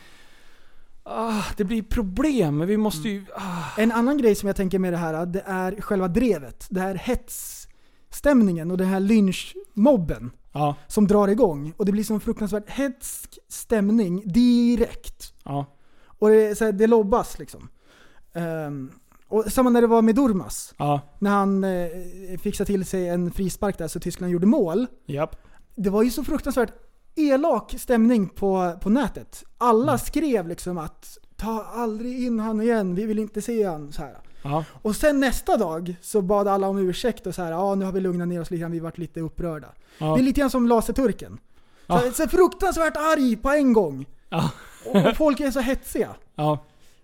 Ah, det blir problem, vi måste ju... Ah. En annan grej som jag tänker med det här, det är själva drevet. Det här hetsstämningen och den här lynchmobben ja. som drar igång. Och det blir som fruktansvärt hetsk stämning direkt. Ja. Och det, så här, det lobbas liksom. Um, och samma när det var med Durmaz. Ja. När han eh, fixade till sig en frispark där så Tyskland gjorde mål. Japp. Det var ju så fruktansvärt elak stämning på, på nätet. Alla mm. skrev liksom att ta aldrig in han igen, vi vill inte se han så här. Ja. Och sen nästa dag så bad alla om ursäkt och så här, ja nu har vi lugnat ner oss lite, vi varit lite upprörda. Ja. Det är lite grann som laserturken. Ja. Så, så fruktansvärt arg på en gång. Ja. och, och folk är så hetsiga. Ja.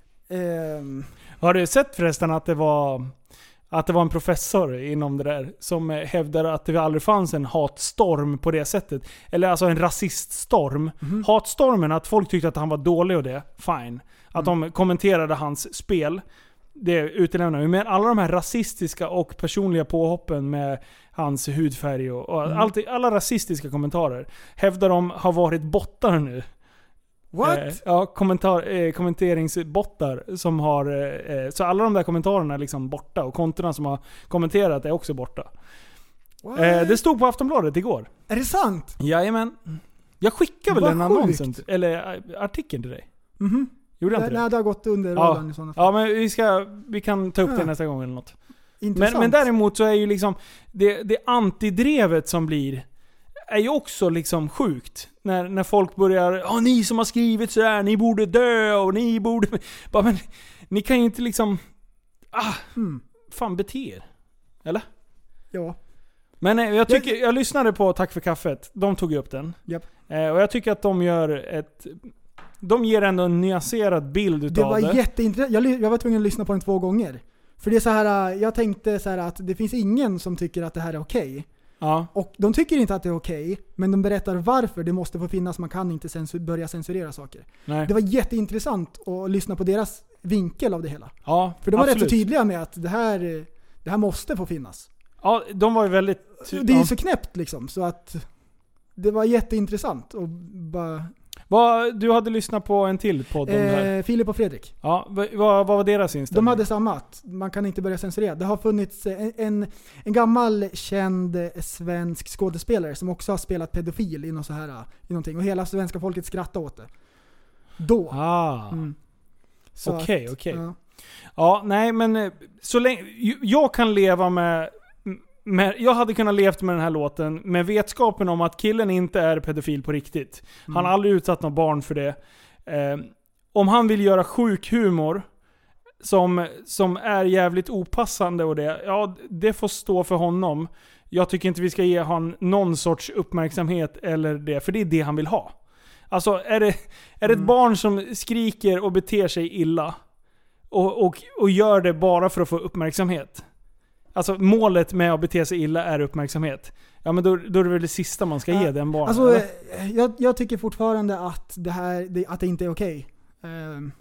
Um. Har du sett förresten att det var att det var en professor inom det där som hävdade att det aldrig fanns en hatstorm på det sättet. Eller alltså en rasiststorm. Mm. Hatstormen, att folk tyckte att han var dålig och det, fine. Att mm. de kommenterade hans spel, det utelämnar vi. Men alla de här rasistiska och personliga påhoppen med hans hudfärg och, och mm. allt, alla rasistiska kommentarer hävdar de har varit bottar nu. What? Eh, ja, kommentar, eh, kommenteringsbottar som har eh, så alla de där kommentarerna är liksom borta och kontona som har kommenterat är också borta. Eh, det stod på Aftonbladet igår. Är det sant? Jajamän. Jag skickar väl Vad den annonsen eller äh, artikeln till dig. Mhm. Gjorde jag det, inte det? Nej, det har gått under ja. radarn i sådana fall. Ja, men vi ska vi kan ta upp ja. det nästa gång eller något. Intressant. Men, men däremot så är ju liksom det, det antidrevet som blir är ju också liksom sjukt. När, när folk börjar, ja ni som har skrivit så här, ni borde dö och ni borde... Bara, men ni kan ju inte liksom... Ah, hmm. fan bete er. Eller? Ja. Men jag tycker, jag lyssnade på Tack för kaffet. De tog ju upp den. Yep. Eh, och jag tycker att de gör ett... De ger ändå en nyanserad bild utav det. Det var jätteintressant. Jag, jag var tvungen att lyssna på den två gånger. För det är så här, jag tänkte så här att det finns ingen som tycker att det här är okej. Okay. Ja. Och de tycker inte att det är okej, okay, men de berättar varför det måste få finnas. Man kan inte censur- börja censurera saker. Nej. Det var jätteintressant att lyssna på deras vinkel av det hela. Ja, för de var absolut. rätt så tydliga med att det här, det här måste få finnas. Ja, de var ju väldigt... Ty- det är ju ja. så knäppt liksom, så att det var jätteintressant. Och bara... Vad, du hade lyssnat på en till podd om eh, det här. Filip och Fredrik. Ja, vad, vad var deras inställning? De hade samma, att man kan inte börja censurera. Det har funnits en, en, en gammal känd svensk skådespelare som också har spelat pedofil i något så här, i någonting. Och hela svenska folket skrattade åt det. Då. Ah. Mm. Okej, okej. Ja. Ja, nej men så länge... Jag kan leva med... Men jag hade kunnat levt med den här låten med vetskapen om att killen inte är pedofil på riktigt. Mm. Han har aldrig utsatt något barn för det. Eh, om han vill göra sjuk humor som, som är jävligt opassande och det, ja, det får stå för honom. Jag tycker inte vi ska ge han någon sorts uppmärksamhet eller det, för det är det han vill ha. Alltså är det, är det ett mm. barn som skriker och beter sig illa och, och, och gör det bara för att få uppmärksamhet, alltså målet med att bete sig illa är uppmärksamhet. Ja, men då, då är det väl det sista man ska ge ja, den barnen. Alltså, jag, jag tycker fortfarande att det här det, att det inte är okej. Um,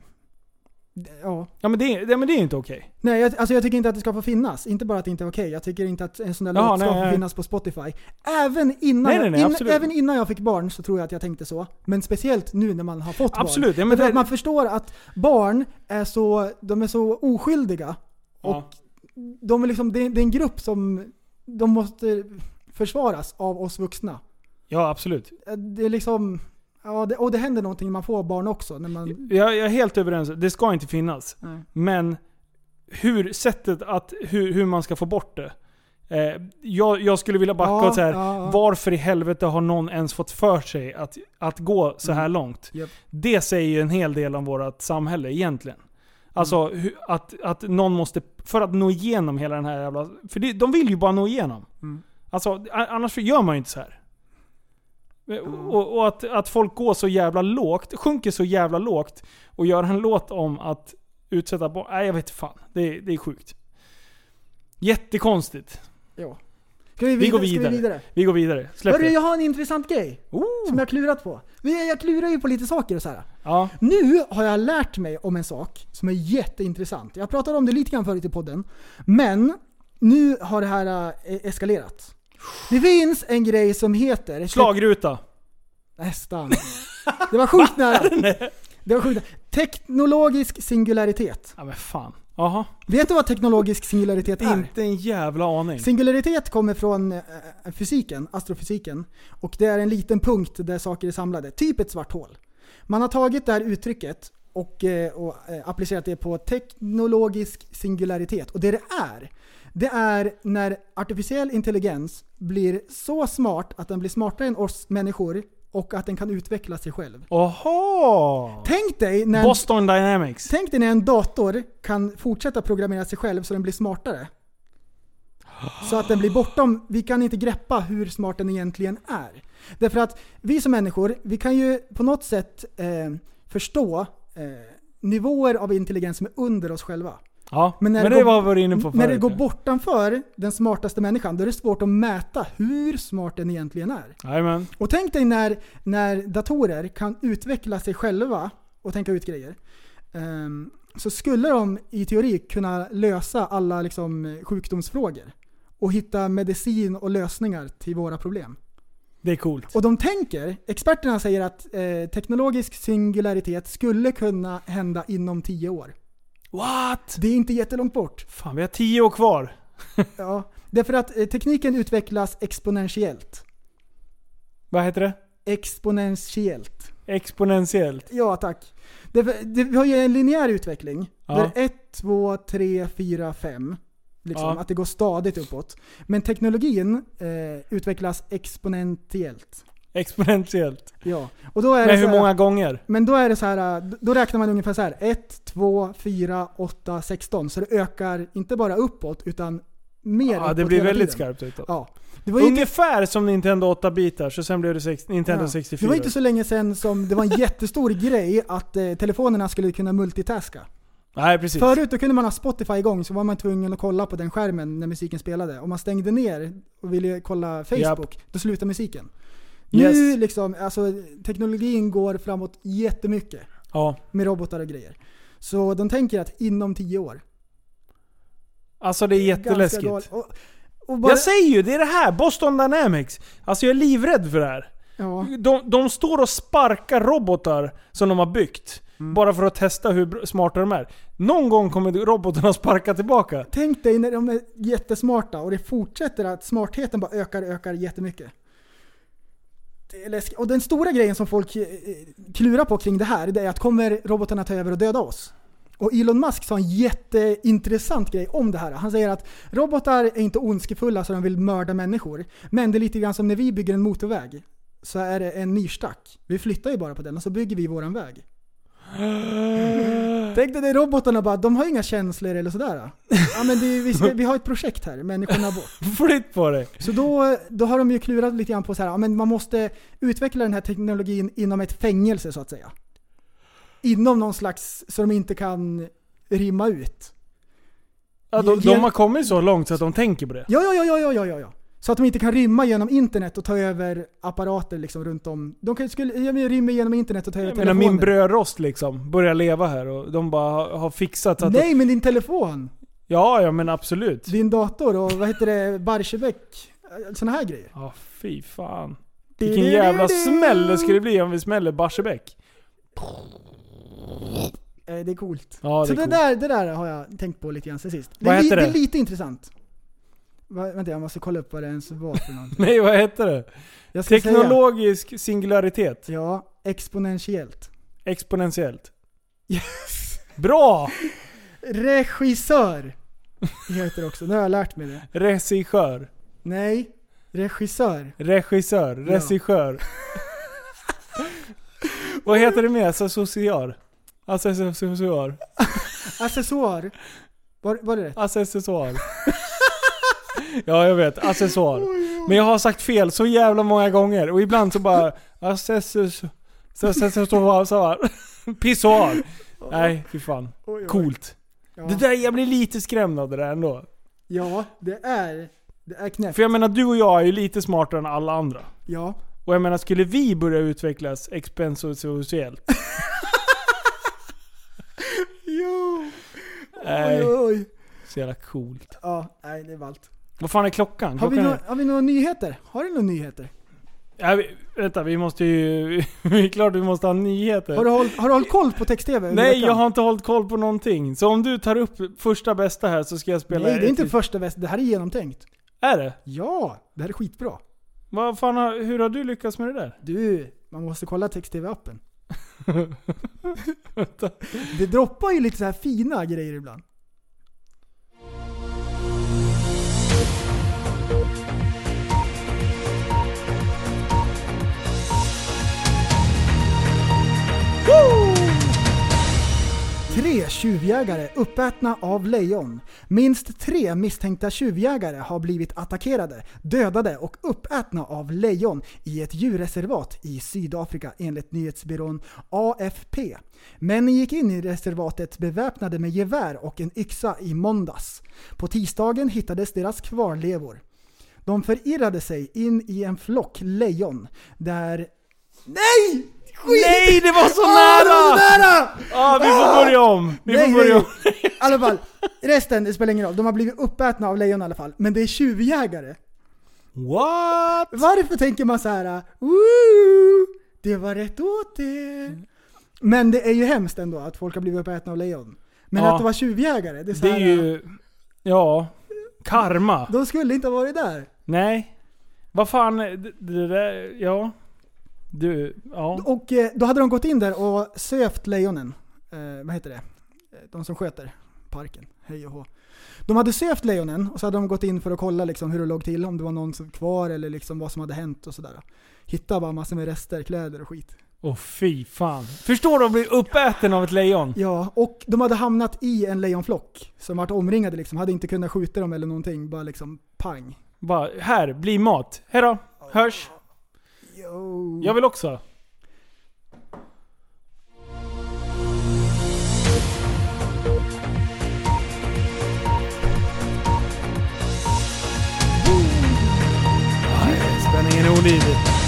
ja. Ja, men det, ja, men det är inte okej. Nej, jag, alltså jag tycker inte att det ska få finnas. Inte bara att det inte är okej. Jag tycker inte att en sån där Jaha, låt ska nej, få nej. finnas på Spotify. Även innan, nej, nej, nej, jag, in, även innan jag fick barn så tror jag att jag tänkte så. Men speciellt nu när man har fått absolut, barn. Ja, men För det... att man förstår att barn är så, de är så oskyldiga. Ja. Och de är liksom, det, är, det är en grupp som de måste försvaras av oss vuxna. Ja, absolut. Det är liksom... Ja, det, och det händer någonting när man får barn också. När man... jag, jag är helt överens. Det ska inte finnas. Nej. Men hur sättet att hur, hur man ska få bort det. Eh, jag, jag skulle vilja backa ja, och så här, ja, ja. varför i helvete har någon ens fått för sig att, att gå så här mm. långt? Yep. Det säger ju en hel del om vårt samhälle egentligen. Alltså mm. hur, att, att någon måste, för att nå igenom hela den här jävla... För det, de vill ju bara nå igenom. Mm. Alltså annars gör man ju inte så här. Mm. Och, och att, att folk går så jävla lågt, sjunker så jävla lågt och gör en låt om att utsätta barn. Nej, jag vet fan. Det, det är sjukt. Jättekonstigt. Ja. Ska vi, vi går vidare? vidare. Vi, vidare? vi går vidare. Släpp Hörru, det. jag har en intressant grej oh. som jag har klurat på. Jag klurar ju på lite saker och så här. Ja. Nu har jag lärt mig om en sak som är jätteintressant. Jag pratade om det lite grann förut i podden. Men nu har det här äh, eskalerat. Det finns en grej som heter... Slagruta. Nästan. Det var sjukt nära. Det var sjukt nära. Teknologisk singularitet. Ja men fan. Aha. Vet du vad teknologisk singularitet är? Inte en jävla aning. Singularitet kommer från äh, fysiken, astrofysiken. Och det är en liten punkt där saker är samlade. Typ ett svart hål. Man har tagit det här uttrycket och, äh, och äh, applicerat det på teknologisk singularitet. Och det det är, det är när artificiell intelligens blir så smart att den blir smartare än oss människor och att den kan utveckla sig själv. Oho! Tänk dig när Boston Dynamics. Tänk dig när en dator kan fortsätta programmera sig själv så den blir smartare. Så att den blir bortom, vi kan inte greppa hur smart den egentligen är. Därför att vi som människor, vi kan ju på något sätt eh, förstå eh, nivåer av intelligens som är under oss själva. Ja, men, när men det, det går, var vad vi inne på förut. När det går bortanför den smartaste människan, då är det svårt att mäta hur smart den egentligen är. Amen. Och tänk dig när, när datorer kan utveckla sig själva och tänka ut grejer. Um, så skulle de i teori kunna lösa alla liksom, sjukdomsfrågor och hitta medicin och lösningar till våra problem. Det är coolt. Och de tänker, experterna säger att eh, teknologisk singularitet skulle kunna hända inom tio år. What? Det är inte jättelångt bort. Fan, vi har tio år kvar. Ja, därför att eh, tekniken utvecklas exponentiellt. Vad heter det? Exponentiellt. Exponentiellt? Ja, tack. Det, det, vi har ju en linjär utveckling. Ja. Där ett, två, tre, fyra, fem. Liksom, Ja. att det går stadigt uppåt. Men teknologin eh, utvecklas exponentiellt. Exponentiellt? Ja. Och då är Men det hur så här, många gånger? Men då är det så här, då räknar man ungefär så här: ett, två, fyra, åtta, sexton. Så det ökar inte bara uppåt utan mer Ja, uppåt det blir hela väldigt tiden. skarpt utåt. Ja. Det var ju inte, ungefär som Nintendo åtta-bitar, så sen blev det sex, Nintendo ja. sextiofyra. Det var inte så länge sedan som det var en jättestor grej att eh, telefonerna skulle kunna multitaska. Nej, precis. Förut då kunde man ha Spotify igång, så var man tvungen att kolla på den skärmen när musiken spelade. Om man stängde ner och ville kolla Facebook, Japp. då slutade musiken. Yes. Nu liksom, alltså teknologin går framåt jättemycket. Ja. Med robotar och grejer. Så de tänker att inom tio år. Alltså det är jätteläskigt. Och, och bara, jag säger ju, det är det här, Boston Dynamics. Alltså jag är livrädd för det här. Ja. De, de står och sparkar robotar som de har byggt. Mm. Bara för att testa hur smarta de är. Någon gång kommer robotarna sparka tillbaka. Tänk dig när de är jättesmarta och det fortsätter att smartheten bara ökar ökar jättemycket. Det är läskigt. Och den stora grejen som folk klurar på kring det här, det är att kommer robotarna ta över och döda oss? Och Elon Musk sa en jätteintressant grej om det här. Han säger att robotar är inte ondskefulla så de vill mörda människor. Men det är lite grann som när vi bygger en motorväg. Så är det en myrstack. Vi flyttar ju bara på den och så bygger vi våran väg. Tänk dig, det är robotarna bara, de har inga känslor eller sådär. Ja, men det, vi, ska, vi har ett projekt här, människorna bort. Flytt på det. Så då, då har de ju klurat lite grann på så här, ja, men man måste utveckla den här teknologin inom ett fängelse så att säga. Inom någon slags, så de inte kan rimma ut. Ja, de, de har kommit så långt så att de tänker på det. Ja, ja, ja, ja, ja, ja, ja. Så att de inte kan rymma genom internet och ta över apparater liksom runt om. De kan, skulle rymma genom internet och ta över jag telefoner. menar, min brödrost liksom börjar leva här och de bara har, har fixat så att Nej, de... men din telefon. Ja, ja, men absolut. Din dator och vad heter det, Barsebäck, såna här grejer. Ja, fy fan. Vilken jävla smäll det skulle bli om vi smäller Barsebäck. Det är coolt. Ja, det så är det, coolt. där, det där har jag tänkt på lite grann sen sist. Det Vad är, heter li, det? det är lite intressant. Va, vänta, jag måste kolla upp vad det ens var för någonting. Nej, vad heter det? Jag ska Teknologisk säga. Singularitet. Ja, exponentiellt. Exponentiellt. Yes. Bra! Regissör heter det också. Nu har jag lärt mig det. Regissör. Nej, regissör. Regissör, regissör. Ja. Vad heter det mer? Associar. Associar. Accessoar. Var, var det rätt? Accessoar. Ja, jag vet. Accessoar. Men jag har sagt fel så jävla många gånger. Och ibland så bara... Accessoar. Pissoar. Nej, fy fan. Coolt. Ja. Det där, jag blir lite skrämd av det där ändå. Ja, det är... Det är knäppt. För jag menar, du och jag är ju lite smartare än alla andra. Ja. Och jag menar, skulle vi börja utvecklas exponentiellt? Jo. Nej. Oj, oj. Så jävla coolt. Ja, nej, det är vallt. Vad fan är klockan? Har vi, klockan no- har vi några nyheter? Har du några nyheter? Ja, vi, vänta, vi måste ju... Det är klart vi måste ha nyheter. Har du hållit, har du hållit koll på text-tv? Nej, jag har inte hållit koll på någonting. Så om du tar upp första bästa här så ska jag spela... Nej, det är inte ett... första bästa. Det här är genomtänkt. Är det? Ja, det här är skitbra. Vad fan har, hur har du lyckats med det där? Du, man måste kolla text-tv-appen. Det droppar ju lite så här fina grejer ibland. Tre tjuvjägare uppätna av lejon. Minst tre misstänkta tjuvjägare har blivit attackerade, dödade och uppätna av lejon i ett djurreservat i Sydafrika enligt nyhetsbyrån A F P. Männen gick in i reservatet beväpnade med gevär och en yxa i måndags. På tisdagen hittades deras kvarlevor. De förirrade sig in i en flock lejon där... Nej! Skit. Nej, det var så ah, nära! Det var så nära! Ah, vi får börja om. Vi nej, får börja nej. om. I alla fall, resten, det spelar ingen roll. De har blivit uppätna av lejon i alla fall. Men det är tjuvjägare. What? Varför tänker man så här? Woo, det var rätt åt det. Men det är ju hemskt ändå att folk har blivit uppätna av lejon. Men ja. att det var tjuvjägare, det är, så det är här, ju... Ja, karma. De skulle inte ha varit där. Nej. Vad fan, det, det där, ja... Du, ja. Och eh, då hade de gått in där och sövt lejonen. Eh, vad heter det? De som sköter parken. Hej och hå. De hade sövt lejonen och så hade de gått in för att kolla liksom hur det låg till. Om det var någon som kvar eller liksom vad som hade hänt och sådär. Hittade bara massor med rester, kläder och skit. Åh oh, fy fan. Förstår du att bli uppäten av ett lejon? Ja, och de hade hamnat i en lejonflock. Som varit omringade liksom. Hade inte kunnat skjuta dem eller någonting. Bara liksom pang. Bara, här, bli mat. Hej då. Hörs. Yo. Jag vill också. Nej, spänningen är olidlig.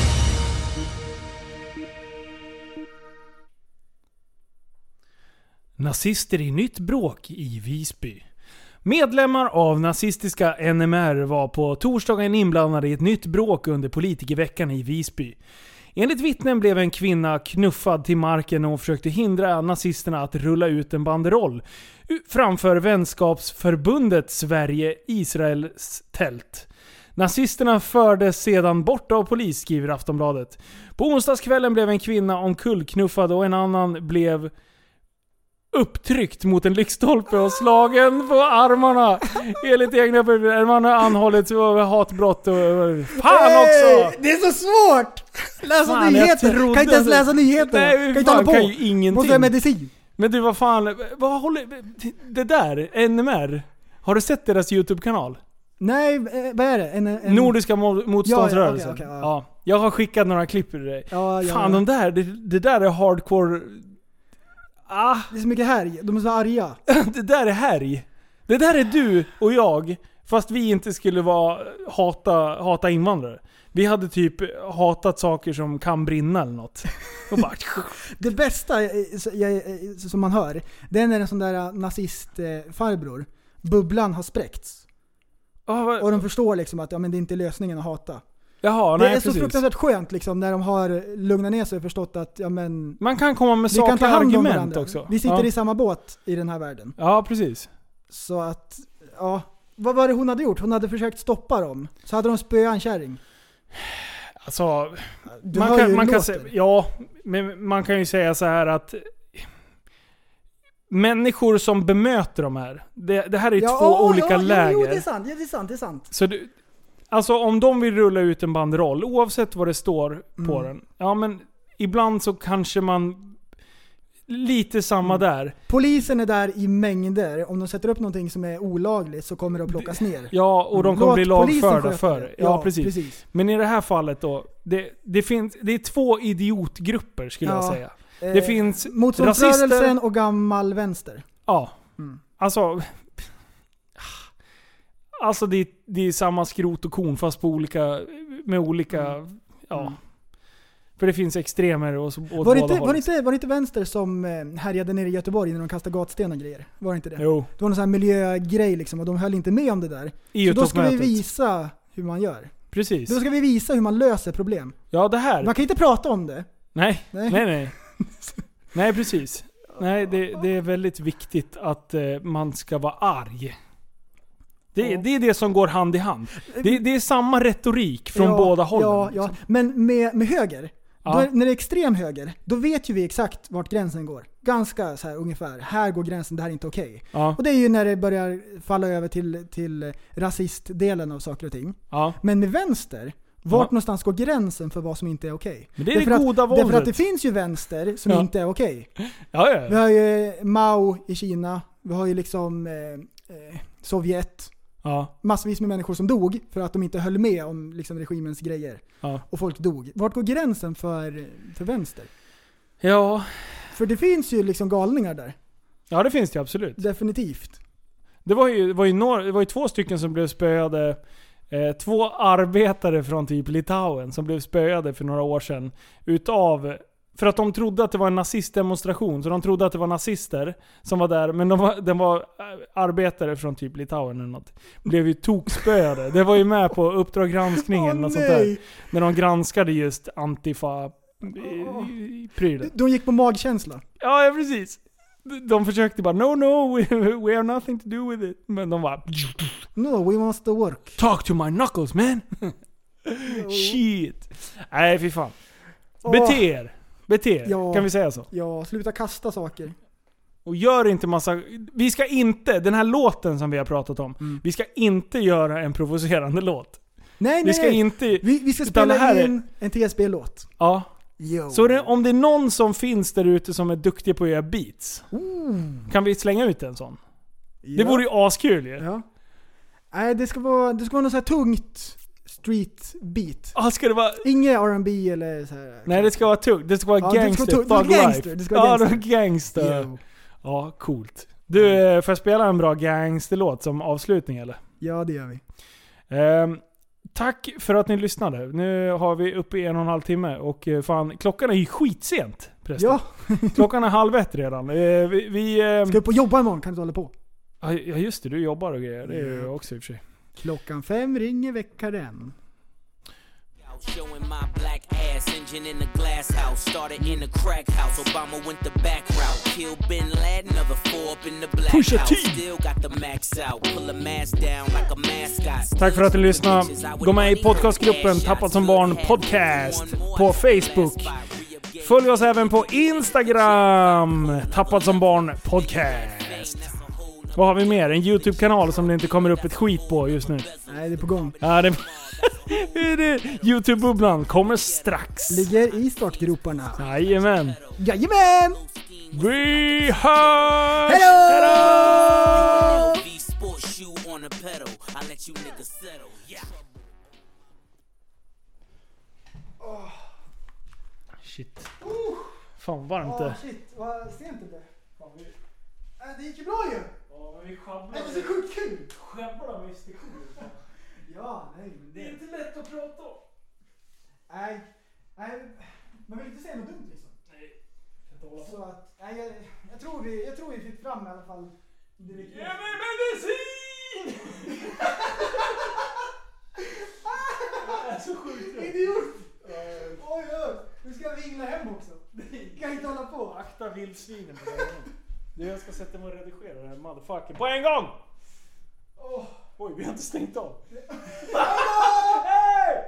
Nazister i nytt bråk i Visby. Medlemmar av nazistiska N M R var på torsdagen inblandade i ett nytt bråk under politikerveckan i Visby. Enligt vittnen blev en kvinna knuffad till marken och försökte hindra nazisterna att rulla ut en banderoll framför vänskapsförbundet Sverige-Israels tält. Nazisterna fördes sedan bort av polis, skriver Aftonbladet. På onsdagskvällen blev en kvinna omkullknuffad och en annan blev upptryckt mot en lyktstolpe och slagen på armarna. Enligt egna uppgifter. Man har anhållits för hatbrott och fan också. Det är så svårt. Läsa fan, nyheter. Kan inte ens läsa nyheter. Nej, kan inte hålla på. Kan ju ingenting. Måste ha medicin. Men du, vad fan, vad håller det där N M R? Har du sett deras YouTube-kanal? Nej, vad är det? En, en... Nordiska motståndsrörelsen. Ja, ja, okay, okay, ja. Ja, jag har skickat några klipp ur dig. Ja, ja, fan, ja. de där, det, det där är hardcore. Ah. Det är så mycket härj. De är så arga. Det där är härj. Det där är du och jag, fast vi inte skulle vara hata, hata invandrare. Vi hade typ hatat saker som kan brinna eller något. Och bara... Det bästa som man hör, det är när en sån där nazistfarbror, bubblan har spräckts. Oh, och de förstår liksom att ja, men det är inte lösningen att hata. Jaha, det nej, är så precis. fruktansvärt skönt liksom, när de har lugnat ner sig och förstått att ja, men, man kan komma med sakliga argument också. Vi sitter ja. i samma båt i den här världen. Ja, precis. Så att, ja, vad var det hon hade gjort? Hon hade försökt stoppa dem. Så hade de spöat en kärring. Alltså, du man hör kan, ju man kan låter. säga, ja, men man kan ju säga så här att människor som bemöter de här, det, det här är ja, två åh, olika ja, läger. Ja, jo, det är sant, ja, det är sant, det är sant. Så du, alltså om de vill rulla ut en banderoll, oavsett vad det står på Mm. den, ja men ibland så kanske man lite samma Mm. där. Polisen är där i mängder. Om de sätter upp någonting som är olagligt så kommer det att plockas ner. Ja, och de Mm. kommer Låt bli polisen lagförda sköta för det. det. Ja, Ja, precis. precis. Men i det här fallet då, det, det, finns, det är två idiotgrupper skulle Ja. jag säga. Eh, Det finns Motståndsrörelsen rasister och gammal vänster. Ja. Mm. Alltså... Alltså det, det är samma skrot och korn fast på olika... Med olika... Mm. Ja. Mm. För det finns extremer och så, åt Var det, båda inte, håll. var, det inte, var det inte vänster som eh, härjade nere i Göteborg när de kastade gatsten och grejer? Var det inte det? Jo. Det var någon sån här miljögrej liksom, och de höll inte med om det där. I Så då ska vi toppmötet. visa hur man gör. Precis. Då ska vi visa hur man löser problem. Ja, det här. Man kan inte prata om det. Nej, Nej. nej, nej. Nej, precis. Nej, det, det är väldigt viktigt att eh, man ska vara arg. Det, Ja. det är det som går hand i hand. Det, det är samma retorik från ja, båda hållen. Ja, ja. liksom. Men med, med höger, Ja. då är, när det är extrem höger, då vet ju vi exakt vart gränsen går. Ganska så här ungefär. Här går gränsen, det här är inte okej. Ja. Och det är ju när det börjar falla över till, till rasistdelen av saker och ting. Ja. Men med vänster, vart Ja. någonstans går gränsen för vad som inte är okej? Men det är Därför det att- goda Därför våldet. att det finns ju vänster som Ja. inte är okej. Ja, ja. Vi har ju Mao i Kina, vi har ju liksom eh, eh, Sovjet. Ja. Massvis med människor som dog för att de inte höll med om liksom, regimens grejer. Ja. Och folk dog. Vart går gränsen för, för vänster? Ja. För det finns ju liksom galningar där. Ja, det finns det absolut. Definitivt. Det var ju, det var ju, några, det var ju två stycken som blev spöade. Eh, två arbetare från typ Litauen som blev spöade för några år sedan. Utav... För att de trodde att det var en nazistdemonstration. Så de trodde att det var nazister som var där. Men de var, de var arbetare från typ Litauen eller något. Blev ju tokspöade. Det var ju med på Uppdrag granskningen Åh, och sånt där. nej. När de granskade just Antifa-prylen. De gick på magkänsla. Ja, ja, precis. De försökte bara, no, no, we, we have nothing to do with it. Men de bara... No, we must work. Talk to my knuckles, man. Shit. Nej, fy fan. Bete er. Bete er. Ja. Kan vi säga så? Ja, sluta kasta saker. Och gör inte massa... Vi ska inte, den här låten som vi har pratat om, Mm. vi ska inte göra en provocerande låt. Nej, nej, Vi ska nej. inte... Vi, vi ska utan spela det här är- in en T S B-låt. Ja. Jo. Så det, om det är någon som finns där ute som är duktig på att göra beats, Ooh. kan vi slänga ut en sån? Ja. Det vore ju askul ju. Ja. Nej, det ska vara, det ska vara något så här tungt street beat. Ah, ska det vara... Inget R and B eller så här. Nej, det ska vara tungt. Det ska vara Ja, det ska gangster, vara tungt. Det ska thug vara life. gangster. Det ska vara Ja, gangster. det är gangster. Jo. Ja, coolt. Du, eh, får jag spela en bra gangsterlåt som avslutning eller? Ja, det gör vi. Ehm, tack för att ni lyssnade. Nu har vi uppe i en och en halv timme och eh, fan, klockan är ju skitsent förresten. Ja. Klockan är halv ett redan. Eh, vi, vi, ehm, Ska upp och jobba imorgon, kan du hålla på? ja just det, du jobbar och grejer. Det är ju Ja. också i och för sig. Klockan fem ringer väckaren. Showing my black ass engine in the glass house. Started in a crack house. Obama went the back route. Kill Bin Laden, another four up in the black Pusha house. T. Still got the max out. Pull a mask down like a mascot. Tack för att ni lyssnade. Gå med i podcastgruppen Tappat som barn podcast på Facebook. Följ oss även på Instagram. Tappat som barn podcast. Vad har vi mer? En YouTube-kanal som det inte kommer upp ett skit på just nu. Nej, det är på gång. Ja, det är det. YouTube-bubblan kommer strax. Ligger i startgroparna. Jajamän. Jajamän! Vi hörs! Hejdå! Sports shoe on a pedal. I let you niggas settle. Yeah. Shit. Fan vad varmt det Åh är. shit, vad sent det blev. Äh, det gick ju bra ju! Ja, men vi sjabblar. Det är så sjukt kul! Sjabblar med instruktioner. Ja, nej men Det är inte lätt att prata om. Nej, nej, man vill inte säga något dumt liksom. Nej, inte hålla på. Så att, nej, jag, jag, tror vi, jag tror vi fick fram i alla fall det viktiga. Ge mig medicin! Det är så sjukt. Idiot! Oj, oj, nu ska jag vingla hem också. Kan inte hålla på. Akta vildsvinen på vägen. Du, jag ska sätta mig och redigera den här motherfucker på en gång! Oh. Oj, vi har inte stängt av. Hey!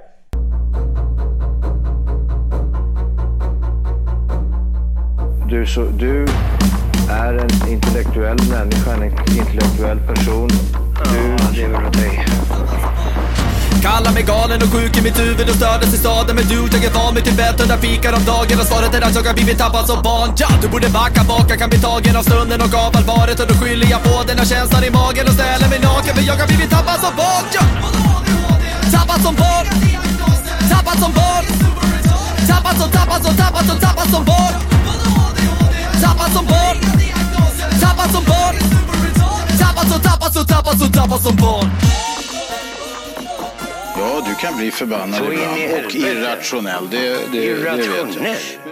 Du, så, du är en intellektuell människa, en intellektuell person. Du lever åt dig. Kallar mig galen och sjuk i mitt huvud och stördes i staden. Men du, jag är van vid Tibet under fikar om dagen. Och svaret är att jag har blivit tappad som barn. Ja, du borde backa bak, jag kan bli tagen av stunden och av allvaret. Och då skyller jag på den här känslan i magen och ställer mig naken. För jag har blivit tappad som barn. Ja. Tappad som barn. Tappad som barn. Tappad som, tappad som, tappad som, tappad som barn. Tappad som barn. Tappad som barn. Tappad som, tappad som, tappad som, tappad som barn. Ja, du kan bli förbannad ibland och irrationell. Det, det, det vet jag.